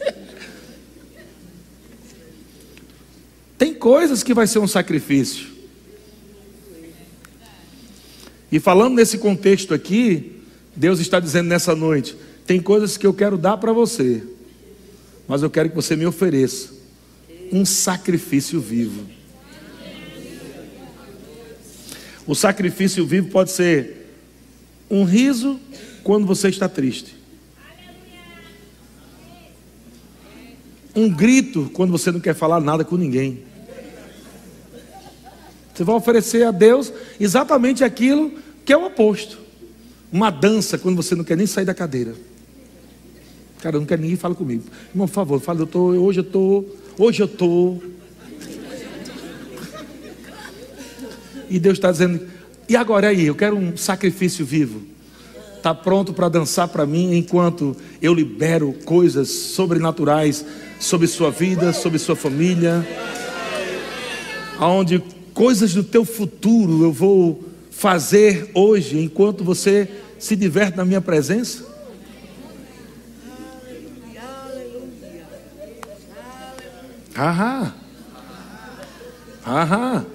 Tem coisas que vai ser um sacrifício. E falando nesse contexto aqui, Deus está dizendo nessa noite: tem coisas que eu quero dar para você, mas eu quero que você me ofereça um sacrifício vivo. O sacrifício vivo pode ser um riso quando você está triste, um grito quando você não quer falar nada com ninguém. Você vai oferecer a Deus exatamente aquilo que é o oposto. Uma dança quando você não quer nem sair da cadeira. Cara, eu não quero ninguém falar comigo. Irmão, por favor, fala, eu tô, hoje eu tô, hoje eu tô. E Deus está dizendo: e agora aí, eu quero um sacrifício vivo. Está pronto para dançar para mim enquanto eu libero coisas sobrenaturais sobre sua vida, sobre sua família, aonde coisas do teu futuro eu vou fazer hoje enquanto você se diverte na minha presença? Ahá. Ahá.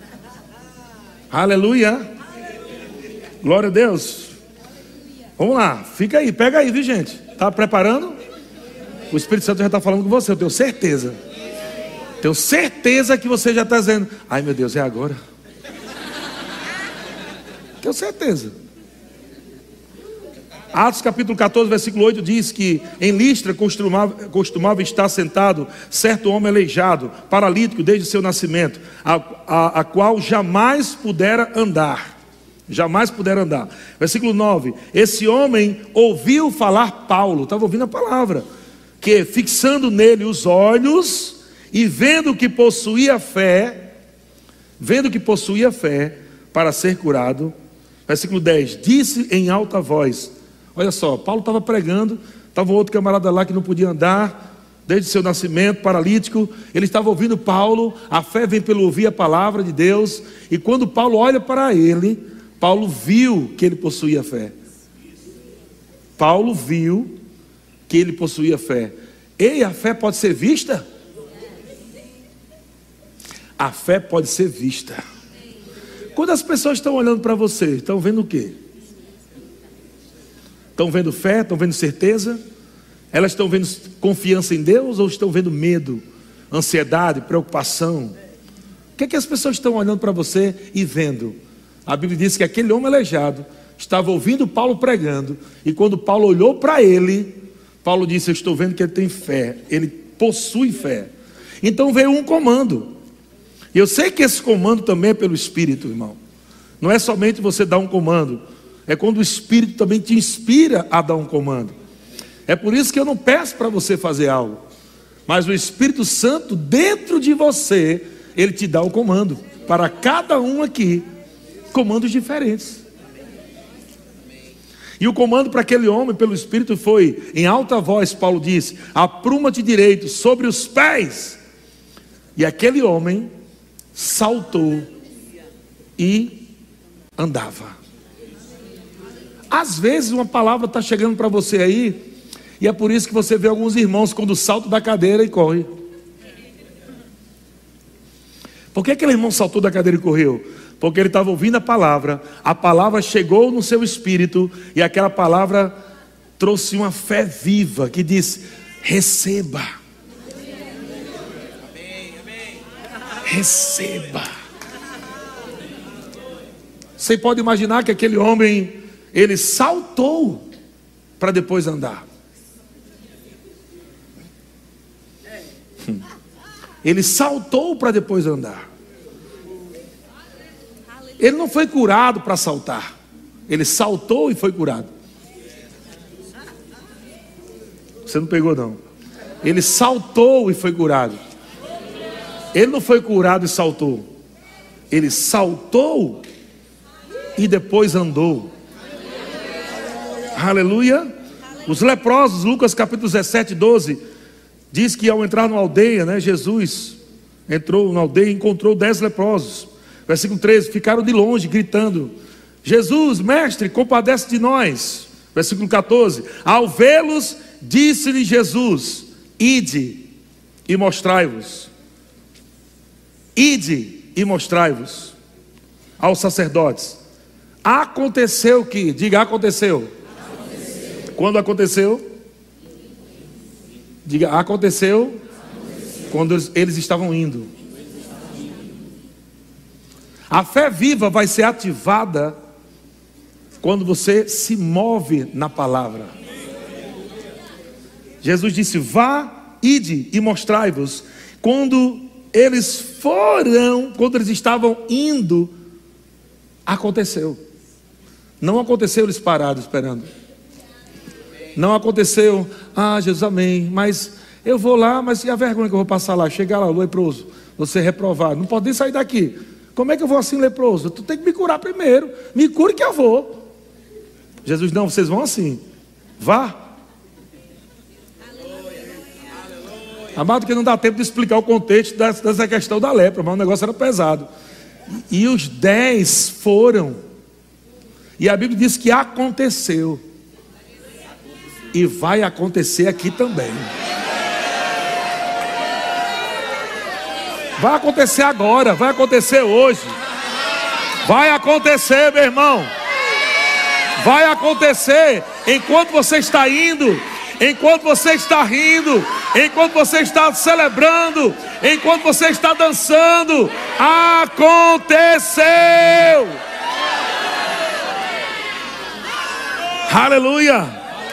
Aleluia. Glória a Deus. Vamos lá, fica aí, pega aí, viu gente? Está preparando? O Espírito Santo já está falando com você, eu tenho certeza. Tenho certeza que você já está dizendo: ai meu Deus, é agora. Tenho certeza. Atos capítulo catorze, versículo oito diz que em Listra costumava, costumava estar sentado certo homem aleijado, paralítico desde o seu nascimento, a, a, a qual jamais pudera andar. Jamais pudera andar. Versículo nove: esse homem ouviu falar Paulo, estava ouvindo a palavra, que fixando nele os olhos e vendo que possuía fé, vendo que possuía fé para ser curado. Versículo dez: disse em alta voz. Olha só, Paulo estava pregando, estava um outro camarada lá que não podia andar desde seu nascimento, paralítico. Ele estava ouvindo Paulo. A fé vem pelo ouvir a palavra de Deus. E quando Paulo olha para ele, Paulo viu que ele possuía fé. Paulo viu que ele possuía fé. E a fé pode ser vista? A fé pode ser vista. Quando as pessoas estão olhando para você, estão vendo o quê? Estão vendo fé? Estão vendo certeza? Elas estão vendo confiança em Deus ou estão vendo medo, ansiedade, preocupação? O que é que as pessoas estão olhando para você e vendo? A Bíblia diz que aquele homem aleijado estava ouvindo Paulo pregando, e quando Paulo olhou para ele, Paulo disse: eu estou vendo que ele tem fé, ele possui fé. Então veio um comando. E eu sei que esse comando também é pelo Espírito, irmão. Não é somente você dar um comando, é quando o Espírito também te inspira a dar um comando. É por isso que eu não peço para você fazer algo, mas o Espírito Santo dentro de você, ele te dá o comando. Para cada um aqui, comandos diferentes. E o comando para aquele homem pelo Espírito foi, em alta voz, Paulo disse: apruma-te direito sobre os pés. E aquele homem saltou e andava. Às vezes uma palavra está chegando para você aí, e é por isso que você vê alguns irmãos quando saltam da cadeira e correm. Por que aquele irmão saltou da cadeira e correu? Porque ele estava ouvindo a palavra, a palavra chegou no seu espírito, e aquela palavra trouxe uma fé viva, que diz: receba, receba. Você pode imaginar que aquele homem, ele saltou para depois andar. Ele saltou para depois andar. Ele não foi curado para saltar. Ele saltou e foi curado. Você não pegou não. Ele saltou e foi curado. Ele não foi curado e saltou. Ele saltou e depois andou. Aleluia. Os leprosos, Lucas capítulo dezessete, doze, diz que ao entrar numa aldeia, né, Jesus entrou na aldeia e encontrou dez leprosos. Versículo treze, ficaram de longe gritando: Jesus, mestre, compadece de nós. Versículo catorze, ao vê-los, disse-lhe Jesus: ide e mostrai-vos. Ide e mostrai-vos aos sacerdotes. Aconteceu que, diga, aconteceu. Aconteceu. Quando aconteceu? Diga, aconteceu, aconteceu. Quando eles, eles estavam indo. A fé viva vai ser ativada quando você se move na palavra. Jesus disse: vá, ide e mostrai-vos. Quando eles foram, quando eles estavam indo, aconteceu. Não aconteceu eles parados esperando. Não aconteceu: ah, Jesus, amém, mas eu vou lá, mas e a vergonha que eu vou passar lá? Chegar lá, leproso, você reprovado, não pode nem sair daqui. Como é que eu vou assim, leproso? Tu tem que me curar primeiro. Me cure que eu vou. Jesus: não, vocês vão assim. Vá. Amado, que não dá tempo de explicar o contexto dessa questão da lepra, mas o negócio era pesado. E os dez foram. E a Bíblia diz que aconteceu. E vai acontecer aqui também. Vai acontecer agora, vai acontecer hoje. Vai acontecer, meu irmão. Vai acontecer enquanto você está indo, enquanto você está rindo, enquanto você está celebrando, enquanto você está dançando. Aconteceu. Aleluia.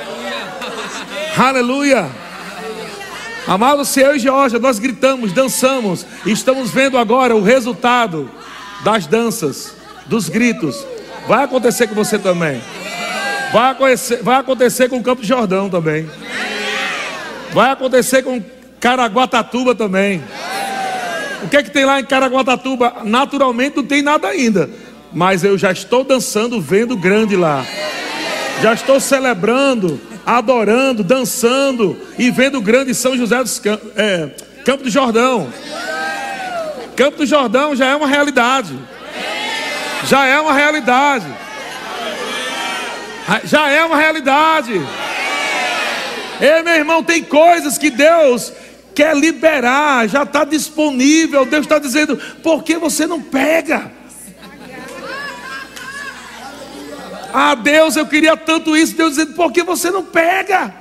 Aleluia. Amado, se eu e Georgia, nós gritamos, dançamos, e estamos vendo agora o resultado das danças, dos gritos. Vai acontecer com você também. Vai acontecer, vai acontecer com o Campo de Jordão também. Vai acontecer com Caraguatatuba também. O que é que tem lá em Caraguatatuba? Naturalmente não tem nada ainda, mas eu já estou dançando, vendo grande lá. Já estou celebrando, adorando, dançando e vendo grande São José dos Campos, é, Campo do Jordão. Campo do Jordão já é uma realidade. Já é uma realidade. Já é uma realidade. Ei, meu irmão, tem coisas que Deus quer liberar, já está disponível. Deus está dizendo: por que você não pega? Ah, Deus, eu queria tanto isso. Deus dizendo: por que você não pega?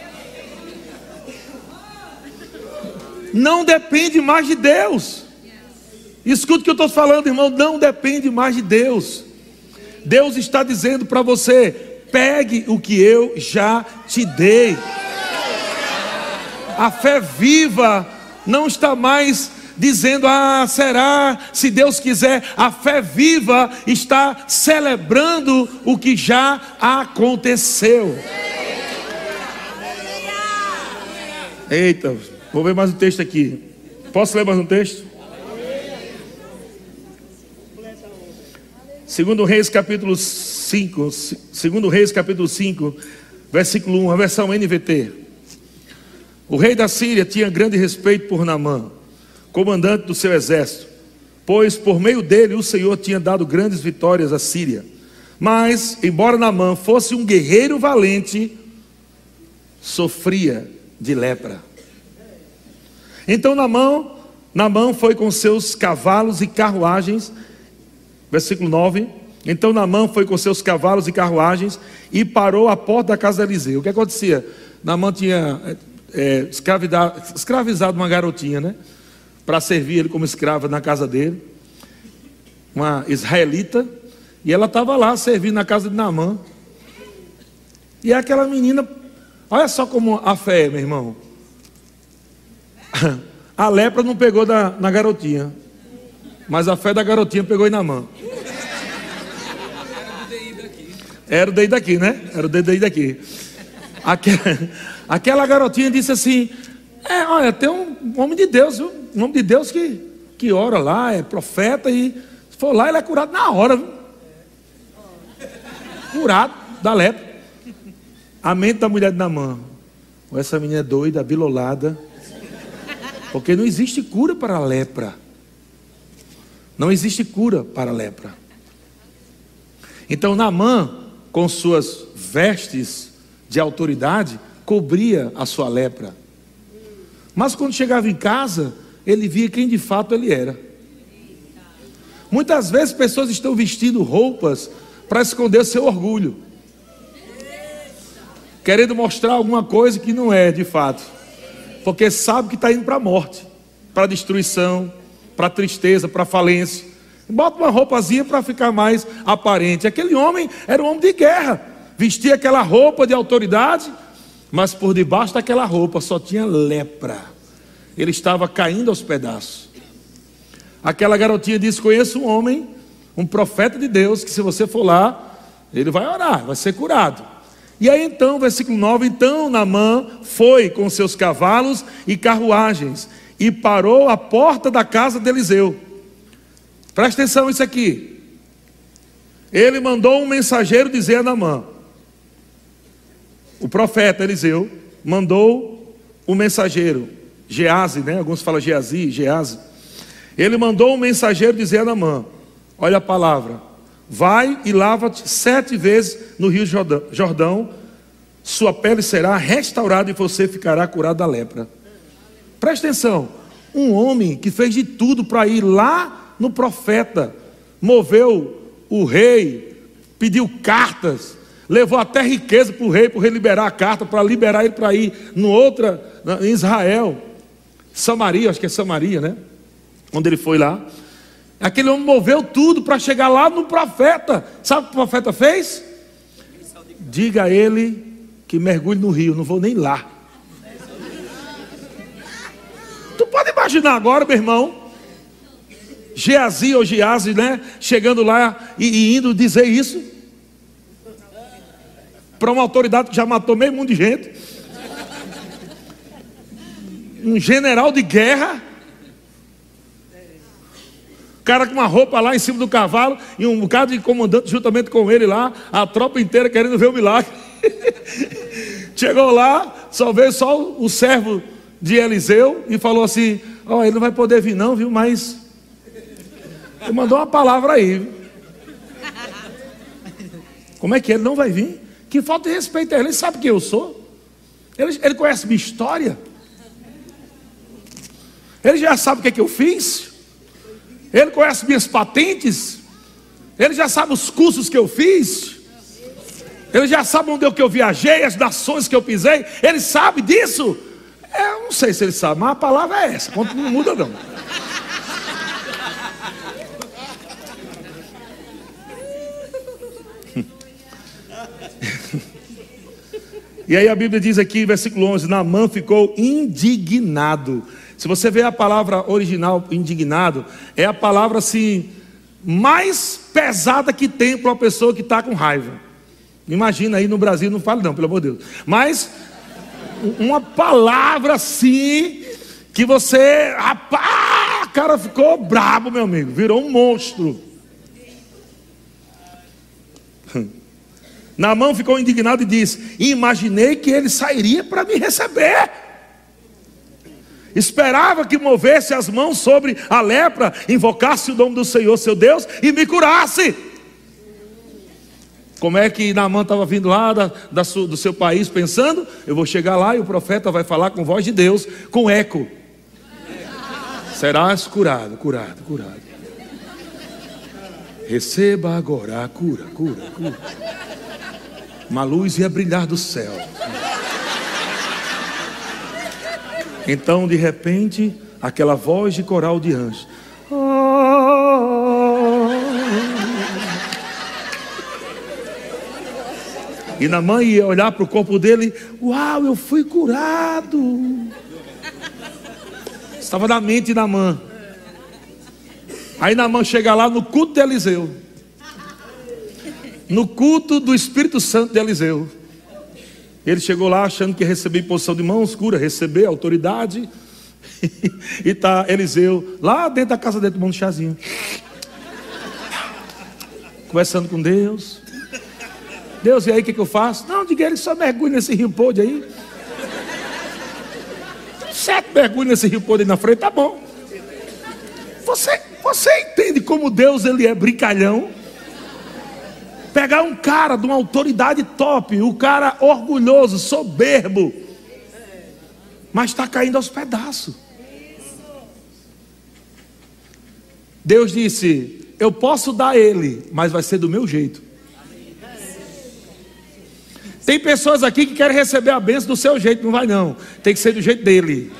Não depende mais de Deus. Escuta o que eu estou falando, irmão. Não depende mais de Deus. Deus está dizendo para você: pegue o que eu já te dei. A fé viva não está mais dizendo: ah, será? Se Deus quiser. A fé viva está celebrando o que já aconteceu. Eita, vou ver mais um texto aqui. Posso ler mais um texto? Segundo Reis capítulo cinco, Segundo Reis capítulo cinco, versículo um, a versão N V T. O rei da Síria tinha grande respeito por Naamã, comandante do seu exército, pois por meio dele o Senhor tinha dado grandes vitórias à Síria. Mas, embora Naamã fosse um guerreiro valente, sofria de lepra. Então Naamã, Naamã foi com seus cavalos e carruagens, versículo nove. Então Naamã foi com seus cavalos e carruagens e parou à porta da casa de Eliseu. O que acontecia? Naamã tinha é, escravizado uma garotinha, né? Para servir ele como escrava na casa dele, uma israelita, e ela estava lá servindo na casa de Naamã. E aquela menina, olha só como a fé é, meu irmão. A lepra não pegou da, na garotinha, mas a fé da garotinha pegou em Naamã. Era o D I daqui, né? Era o D I daqui. Aquela, aquela garotinha disse assim: é, olha, tem um homem de Deus, viu? Um homem de Deus que, que ora lá, é profeta, e se for lá, ele é curado na hora, viu? Curado da lepra. A mente da mulher de Naamã: essa menina é doida, abilolada, porque não existe cura para a lepra. Não existe cura para a lepra. Então Naamã, com suas vestes de autoridade, cobria a sua lepra. Mas quando chegava em casa, ele via quem de fato ele era. Muitas vezes pessoas estão vestindo roupas para esconder seu orgulho, querendo mostrar alguma coisa que não é de fato, porque sabe que está indo para a morte, para a destruição, para a tristeza, para a falência. Bota uma roupazinha para ficar mais aparente. Aquele homem era um homem de guerra, vestia aquela roupa de autoridade, mas por debaixo daquela roupa só tinha lepra. Ele estava caindo aos pedaços. Aquela garotinha disse: conheço um homem, um profeta de Deus, que se você for lá, ele vai orar, vai ser curado. E aí então, versículo nove: então Naamã foi com seus cavalos e carruagens e parou à porta da casa de Eliseu. Presta atenção nisso aqui. Ele mandou um mensageiro dizer a Naamã. O profeta Eliseu mandou o mensageiro, Geazi, né? Alguns falam Geazi, Geazi. Ele mandou um mensageiro dizer a Naamã: olha a palavra, vai e lava-te sete vezes no rio Jordão, Jordão, sua pele será restaurada e você ficará curado da lepra. Presta atenção. Um homem que fez de tudo para ir lá no profeta, moveu o rei, pediu cartas, levou até riqueza para o rei, para o rei liberar a carta, para liberar ele para ir no outra, em Israel, Samaria, acho que é Samaria, né? Onde ele foi lá. Aquele homem moveu tudo para chegar lá no profeta. Sabe o que o profeta fez? Diga a ele que mergulhe no rio, não vou nem lá. Tu pode imaginar agora, meu irmão, Geazi ou Geazi, né? Chegando lá e, e indo dizer isso para uma autoridade que já matou meio mundo de gente, um general de guerra, cara com uma roupa lá em cima do cavalo e um bocado de comandante juntamente com ele lá, a tropa inteira querendo ver o milagre. Chegou lá, só veio só o servo de Eliseu e falou assim: ó, oh, ele não vai poder vir não, viu, mas ele mandou uma palavra aí. Como é que ele não vai vir? Que falta de respeito a ele. Ele sabe quem eu sou. Ele, ele conhece minha história. Ele já sabe o que é que eu fiz. Ele conhece minhas patentes. Ele já sabe os cursos que eu fiz. Ele já sabe onde eu, que eu viajei, as nações que eu pisei. Ele sabe disso. Eu não sei se ele sabe, mas a palavra é essa. Não muda não. E aí a Bíblia diz aqui, versículo onze: Naamã ficou indignado. Se você ver a palavra original, indignado, é a palavra assim, mais pesada que tem para uma pessoa que está com raiva. Imagina aí no Brasil, não fale não, pelo amor de Deus. Mas uma palavra assim, que você, rapaz, o cara ficou brabo, meu amigo, virou um monstro. Naamã ficou indignado e disse: imaginei que ele sairia para me receber. esperava que movesse as mãos sobre a lepra, invocasse o nome do Senhor seu Deus e me curasse. Como é que Naamã estava vindo lá da, da su, do seu país pensando? Eu vou chegar lá e o profeta vai falar com voz de Deus, com eco. Serás curado, curado, curado. Receba agora a cura, cura, cura. Uma luz ia brilhar do céu. Então, de repente, aquela voz de coral de anjo. E Naamã ia olhar para o corpo dele. Uau, eu fui curado. Estava na mente de Naamã. Aí Naamã chega lá no culto de Eliseu. No culto do Espírito Santo de Eliseu. Ele chegou lá achando que ia receber imposição de mãos, cura, receber autoridade. E está Eliseu lá dentro da casa dele tomando um chazinho, conversando com Deus. Deus, e aí o que, que eu faço? Não, diga ele, só mergulhe nesse rio podre aí. Sete mergulhe nesse rio podre aí na frente, tá bom. Você, você entende como Deus ele é brincalhão? Pegar um cara de uma autoridade top, o cara orgulhoso, soberbo, mas está caindo aos pedaços. Deus disse: eu posso dar ele, mas vai ser do meu jeito. Tem pessoas aqui que querem receber a bênção do seu jeito, não vai não, tem que ser do jeito dele.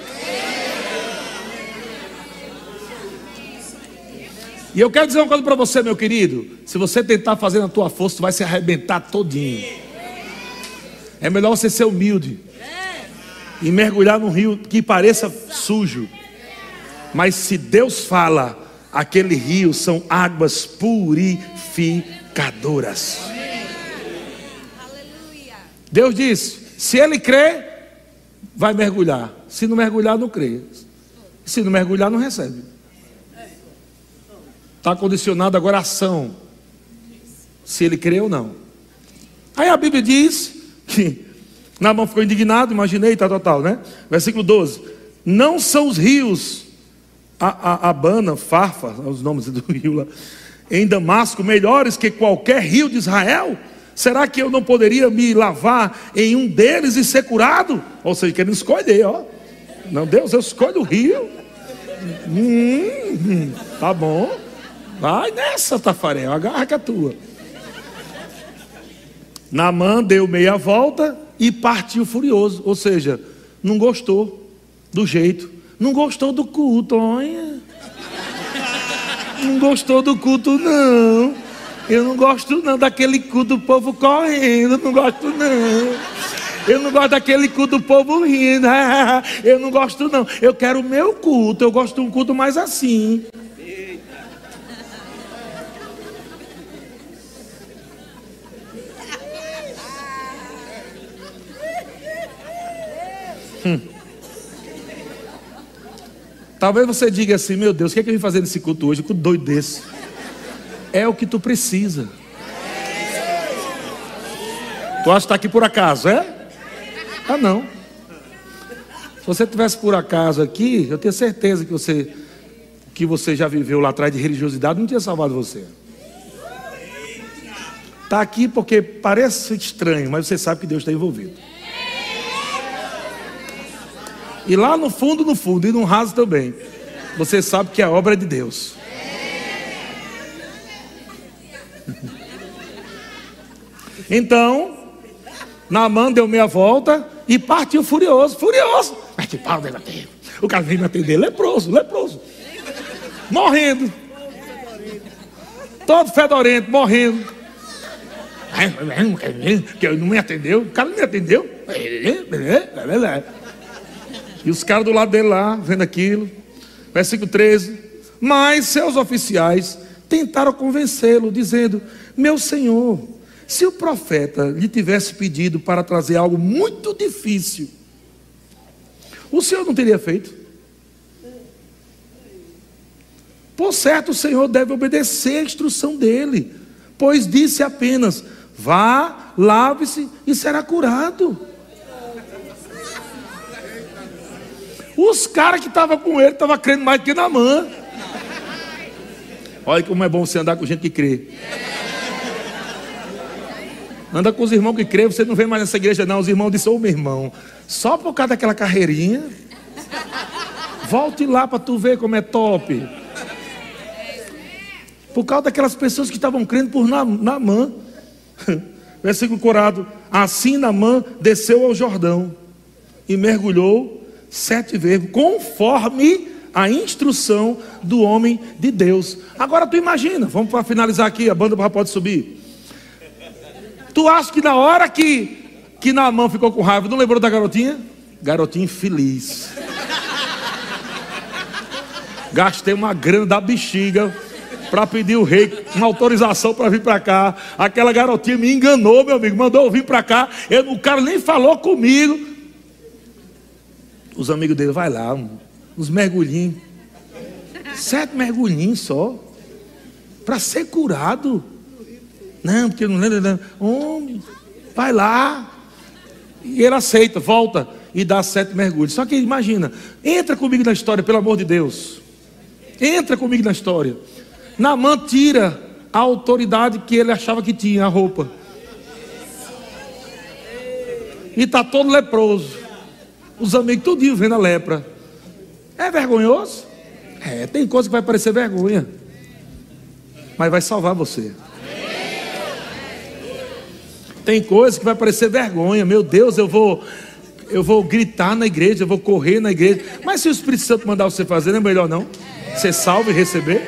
E eu quero dizer uma coisa para você, meu querido. Se você tentar fazer na tua força, tu vai se arrebentar todinho. É melhor você ser humilde e mergulhar num rio que pareça sujo. Mas se Deus fala, aquele rio são águas purificadoras. Deus disse: se ele crê, vai mergulhar. Se não mergulhar, não crê. Se não mergulhar, não recebe. Está condicionado agora a ação, se ele crê ou não. Aí a Bíblia diz que Naamã ficou indignado, imaginei, tá total, né? Versículo doze: não são os rios a, a, Abana, Farfa, os nomes do rio lá, em Damasco, melhores que qualquer rio de Israel? Será que eu não poderia me lavar em um deles e ser curado? Ou seja, querendo escolher, ó. Não, Deus, eu escolho o rio. Hum, tá bom. Vai nessa, Tafarel, agarra que é tua. Naamã deu meia volta e partiu furioso. Ou seja, não gostou do jeito, não gostou do culto, olha. Não gostou do culto, não. Eu não gosto não daquele culto do povo correndo, não gosto não. Eu não gosto daquele culto do povo rindo. Eu não gosto não. Eu quero o meu culto, eu gosto de um culto mais assim. Hum. Talvez você diga assim: meu Deus, o que é que eu vim fazer nesse culto hoje? Um culto doido desse. É o que tu precisa. Tu acha que está aqui por acaso, é? Ah, não. Se você estivesse por acaso aqui, eu tenho certeza que você que você já viveu lá atrás de religiosidade não tinha salvado você. Está aqui porque parece estranho, mas você sabe que Deus está envolvido. E lá no fundo, no fundo, e no raso também, você sabe que a obra é de Deus. Então, Naamã deu meia volta e partiu furioso, furioso. Mas que pau dele atendeu. O cara veio me atender, leproso, leproso. Morrendo. Todo fedorento, morrendo. Que não me atendeu, o cara não me atendeu. E os caras do lado dele lá, vendo aquilo. Versículo treze: mas seus oficiais tentaram convencê-lo, dizendo: meu senhor, se o profeta lhe tivesse pedido para trazer algo muito difícil, o senhor não teria feito? Por certo, o senhor deve obedecer a instrução dele, pois disse apenas: vá, lave-se e será curado. Os caras que estavam com ele estavam crendo mais do que Naamã. Olha como é bom você andar com gente que crê. Anda com os irmãos que crê, você não vem mais nessa igreja não. Os irmãos disseram, ô meu irmão, só por causa daquela carreirinha, volte lá para tu ver como é top. Por causa daquelas pessoas que estavam crendo por Naamã. Versículo corado. Assim Naamã desceu ao Jordão e mergulhou sete vezes, conforme a instrução do homem de Deus. Agora tu imagina, vamos para finalizar aqui, a banda pode subir. Tu acha que na hora que, que Naamã ficou com raiva, não lembrou da garotinha? Garotinha infeliz. Gastei uma grana da bexiga para pedir o rei uma autorização para vir para cá. Aquela garotinha me enganou, meu amigo, mandou eu vir para cá. Eu, o cara nem falou comigo. Os amigos dele, vai lá, uns mergulhinhos, sete mergulhinhos só, para ser curado. Não, porque não lembra, homem, vai lá. E ele aceita, volta e dá sete mergulhos. Só que imagina, entra comigo na história, pelo amor de Deus. Entra comigo na história. Naamã tira a autoridade que ele achava que tinha, a roupa. E está todo leproso. Os amigos tudinho vendo a lepra. É vergonhoso? É, tem coisa que vai parecer vergonha, mas vai salvar você. Tem coisa que vai parecer vergonha. Meu Deus, eu vou Eu vou gritar na igreja, eu vou correr na igreja. Mas se o Espírito Santo mandar você fazer, não é melhor não? Ser salvo e receber?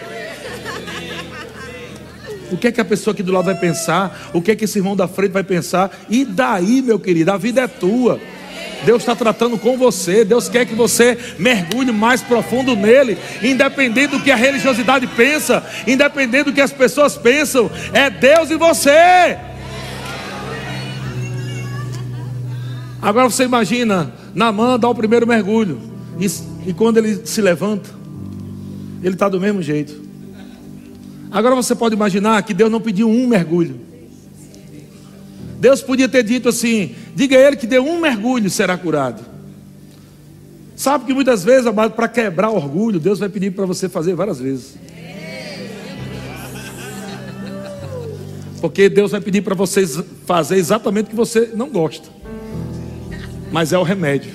O que é que a pessoa aqui do lado vai pensar? O que é que esse irmão da frente vai pensar? E daí, meu querido, a vida é tua. Deus está tratando com você. Deus quer que você mergulhe mais profundo nele, independente do que a religiosidade pensa, independente do que as pessoas pensam. É Deus e você. Agora você imagina Naamã dá o primeiro mergulho, e, e quando ele se levanta, ele está do mesmo jeito. Agora você pode imaginar que Deus não pediu um mergulho. Deus podia ter dito assim: diga a ele que deu um mergulho e será curado. Sabe que muitas vezes, amado, para quebrar orgulho, Deus vai pedir para você fazer várias vezes. Porque Deus vai pedir para vocês fazer exatamente o que você não gosta, mas é o remédio.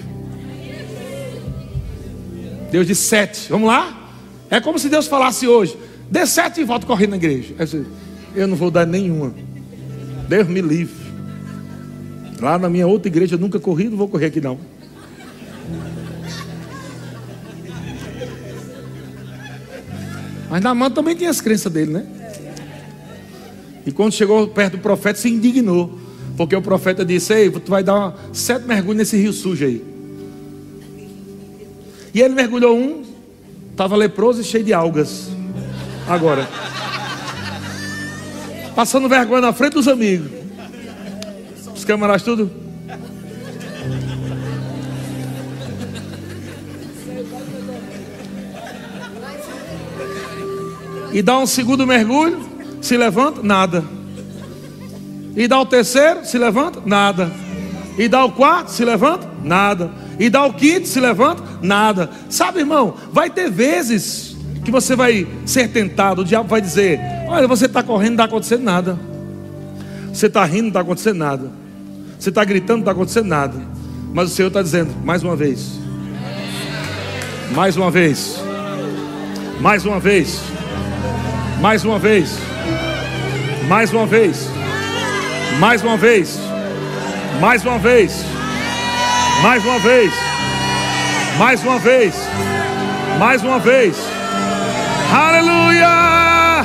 Deus disse sete, vamos lá? É como se Deus falasse hoje: dê sete e volta correndo na igreja. Eu não vou dar nenhuma, Deus me livre. Lá na minha outra igreja eu nunca corri, não vou correr aqui não. Mas Naamã também tinha as crenças dele, né? E quando chegou perto do profeta, se indignou, porque o profeta disse: ei, tu vai dar uma, sete mergulhos nesse rio sujo aí. E ele mergulhou um, estava leproso e cheio de algas. Agora, passando vergonha na frente dos amigos, os camaradas tudo. E dá um segundo mergulho, se levanta, nada. E dá o terceiro, se levanta, nada. E dá o quarto, se levanta, nada. E dá o quinto, se levanta, nada. Sabe, irmão, vai ter vezes que você vai ser tentado. O diabo vai dizer: olha, você está correndo, não está acontecendo nada. Você está rindo, não está acontecendo nada. Você está gritando, não está acontecendo nada. Mas o Senhor está dizendo: mais uma vez, mais uma vez, mais uma vez, mais uma vez, mais uma vez, mais uma vez, mais uma vez, mais uma vez, mais uma vez, mais uma vez. Aleluia!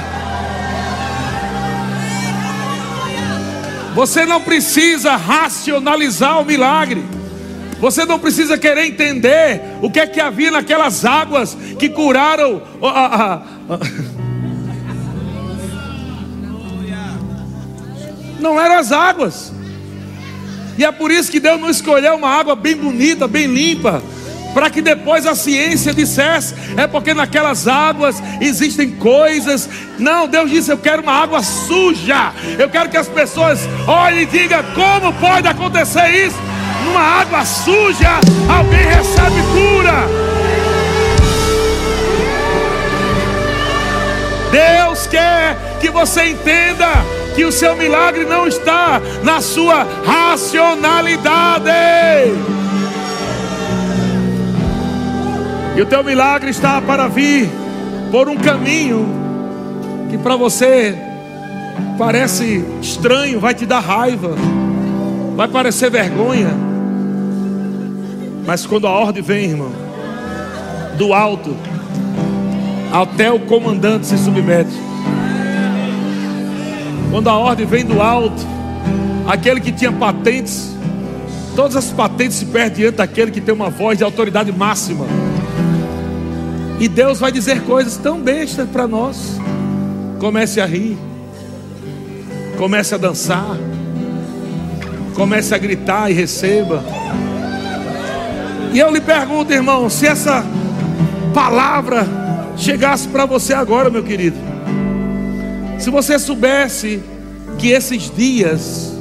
Você não precisa racionalizar o milagre. Você não precisa querer entender o que é que havia naquelas águas que curaram a, a, a, não eram as águas. E é por isso que Deus não escolheu uma água bem bonita, bem limpa, para que depois a ciência dissesse: é porque naquelas águas existem coisas. Não, Deus disse: eu quero uma água suja. Eu quero que as pessoas olhem e digam: como pode acontecer isso? Numa água suja alguém recebe cura. que você entenda que o seu milagre não está na sua racionalidade. E o teu milagre está para vir por um caminho que para você parece estranho, vai te dar raiva, vai parecer vergonha. Mas quando a ordem vem, irmão, do alto, até o comandante se submete. Quando a ordem vem do alto, aquele que tinha patentes, todas as patentes se perdem diante daquele que tem uma voz de autoridade máxima. E Deus vai dizer coisas tão bestas para nós. Comece a rir, comece a dançar, comece a gritar e receba. E eu lhe pergunto, irmão, se essa palavra chegasse para você agora, meu querido, se você soubesse que esses dias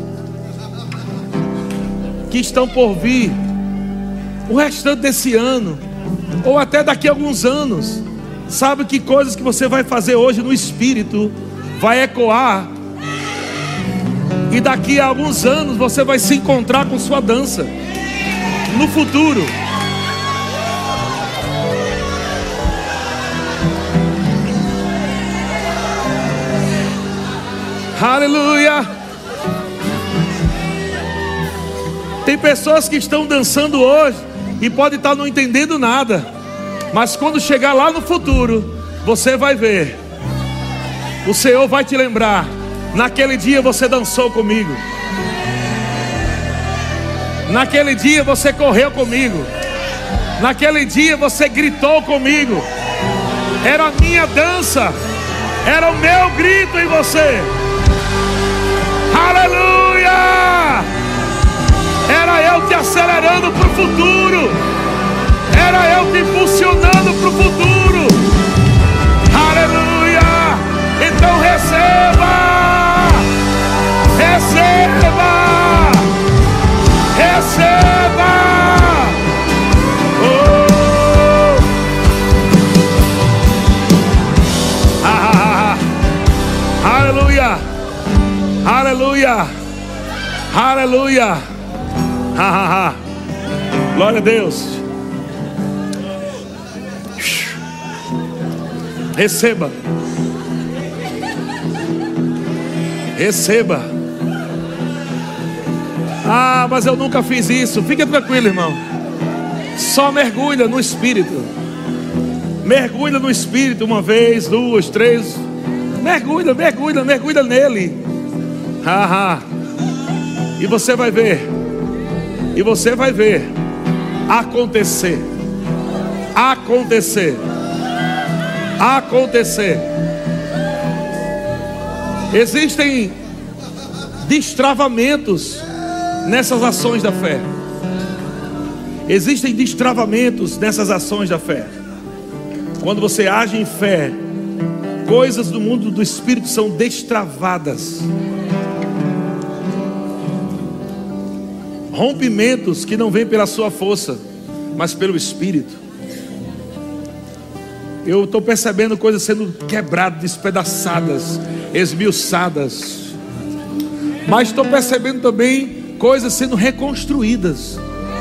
que estão por vir, o restante desse ano, ou até daqui a alguns anos, sabe que coisas que você vai fazer hoje no Espírito vai ecoar, e daqui a alguns anos você vai se encontrar com sua dança no futuro. Aleluia. Tem pessoas que estão dançando hoje e pode estar não entendendo nada, mas quando chegar lá no futuro, você vai ver, o Senhor vai te lembrar: naquele dia você dançou comigo, naquele dia você correu comigo, naquele dia você gritou comigo. Era a minha dança, era o meu grito em você. Aleluia! Era eu te acelerando para o futuro, era eu te impulsionando para o futuro. Aleluia! Então receba, receba, receba. Oh! Ah, ah, ah. Aleluia! Aleluia! Aleluia! Ha, ha, ha. Glória a Deus. Receba. Receba. Ah, mas eu nunca fiz isso. Fica tranquilo, irmão. Só mergulha no Espírito. Mergulha no Espírito uma vez, duas, três. Mergulha, mergulha, mergulha nele. Ha, ha. E você vai ver. E você vai ver acontecer, acontecer, acontecer. Existem destravamentos nessas ações da fé. Existem destravamentos nessas ações da fé. Quando você age em fé, coisas do mundo do Espírito são destravadas. Rompimentos que não vêm pela sua força, mas pelo Espírito. Eu estou percebendo coisas sendo quebradas, despedaçadas, esmiuçadas. Mas estou percebendo também coisas sendo reconstruídas.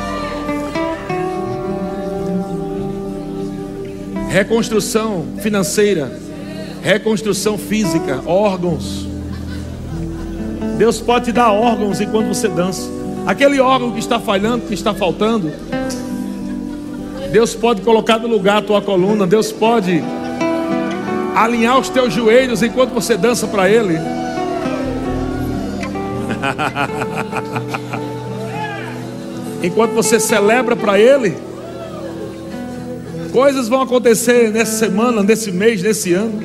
Reconstrução financeira, reconstrução física, órgãos. Deus pode te dar órgãos enquanto você dança. Aquele órgão que está falhando, que está faltando, Deus pode colocar no lugar a tua coluna. Deus pode alinhar os teus joelhos enquanto você dança para Ele. Enquanto você celebra para Ele, coisas vão acontecer nessa semana, nesse mês, nesse ano.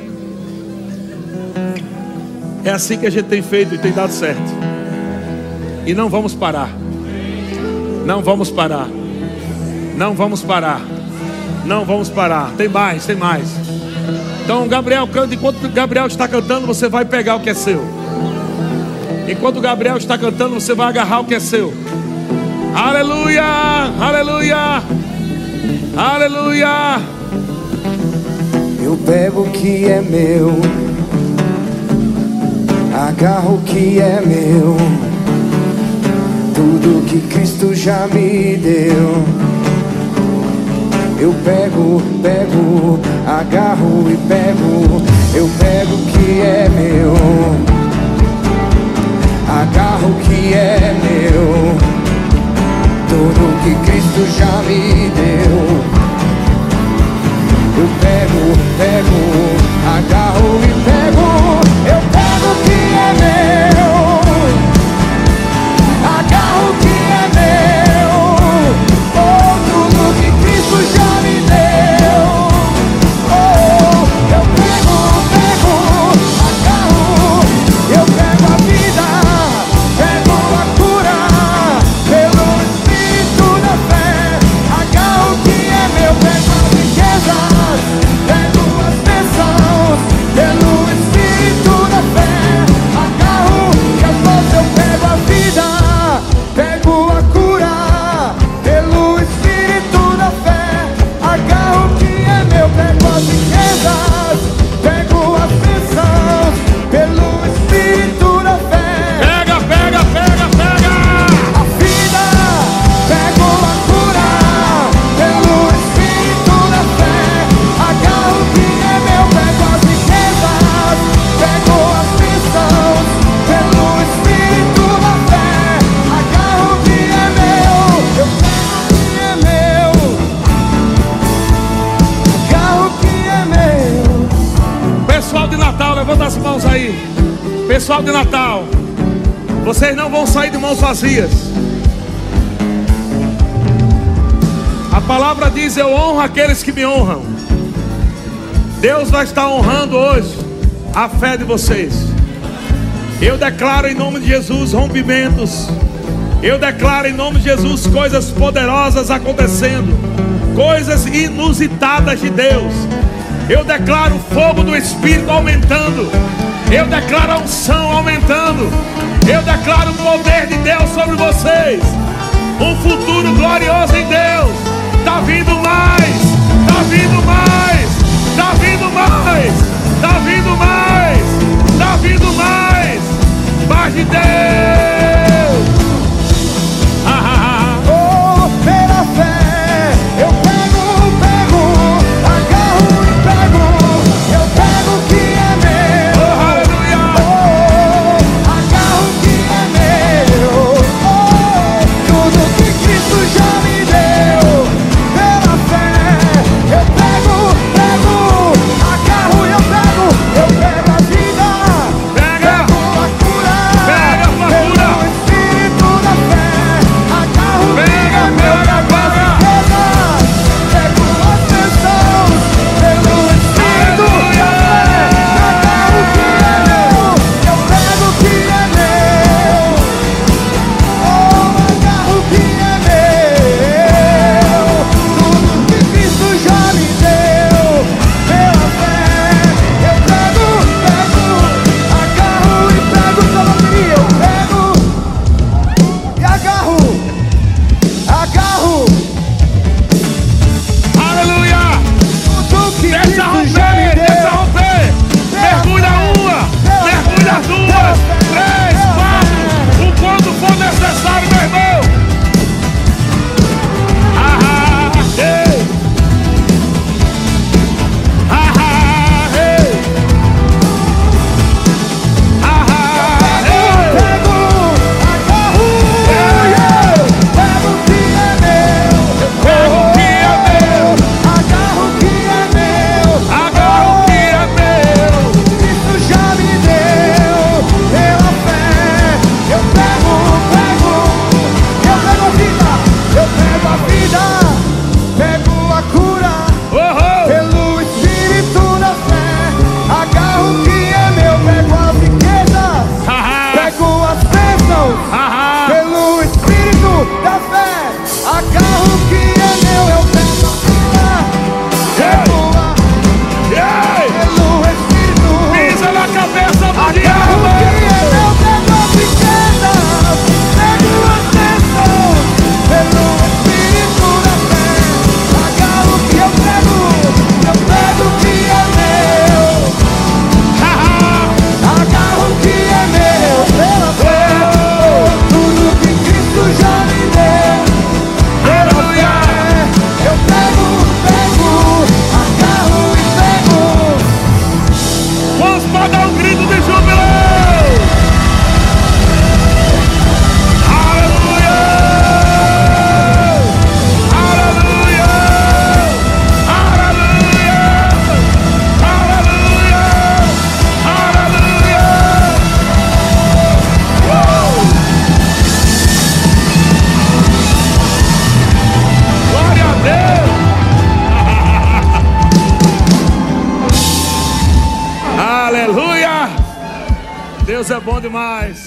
É assim que a gente tem feito e tem dado certo. E não vamos parar. Não vamos parar. Não vamos parar. Não vamos parar. Tem mais, tem mais. Então Gabriel canta. Enquanto Gabriel está cantando, você vai pegar o que é seu. Enquanto Gabriel está cantando, você vai agarrar o que é seu. Aleluia, aleluia, aleluia. Eu pego o que é meu, agarro o que é meu, tudo que Cristo já me deu. Eu pego, pego, agarro e pego. Eu pego o que é meu, agarro o que é meu, tudo que Cristo já me deu. Eu pego, pego, agarro e pego. Eu pego o que é meu, agarro o que é meu, oh, tudo que Cristo já me deu. Oh, eu pego, pego, agarro. Eu pego a vida, pego a cura, pelo Espírito da fé. Agarro o que é meu, pego as riquezas, pego as bênçãos, pelo Espírito da fé. Agarro que as mãos, eu pego a vida, pego a cura, pelo Espírito da fé. Agarro o que é meu, pego as riquezas, pego as bênçãos, pelo Espírito da fé. Pega, pega, pega, pega. A vida, pego a cura, pelo Espírito da fé. Agarro o que é meu, pego as riquezas, pego as bênçãos, pelo Espírito da fé. Agarro o que é meu, eu pego o que é meu, agarro o que é meu. Pessoal de Natal, levanta as mãos aí. Pessoal de Natal, vocês não vão sair de mãos vazias. A palavra diz: eu honro aqueles que me honram. Deus vai estar honrando hoje a fé de vocês. Eu declaro em nome de Jesus rompimentos. Eu declaro em nome de Jesus coisas poderosas acontecendo, coisas inusitadas de Deus. Eu declaro o fogo do Espírito aumentando. Eu declaro a unção aumentando. Eu declaro o poder de Deus sobre vocês. Um futuro glorioso em Deus. Tá vindo mais, tá vindo mais, tá vindo mais, tá vindo mais, tá vindo mais. Paz de Deus. Ah, ah, ah. Oh, pela fé, eu pego, pego, agarro e pego. Eu pego o que é meu, Oh, aleluia. oh, agarro o que é meu, oh, tudo que Cristo já me deu. Deus é bom demais.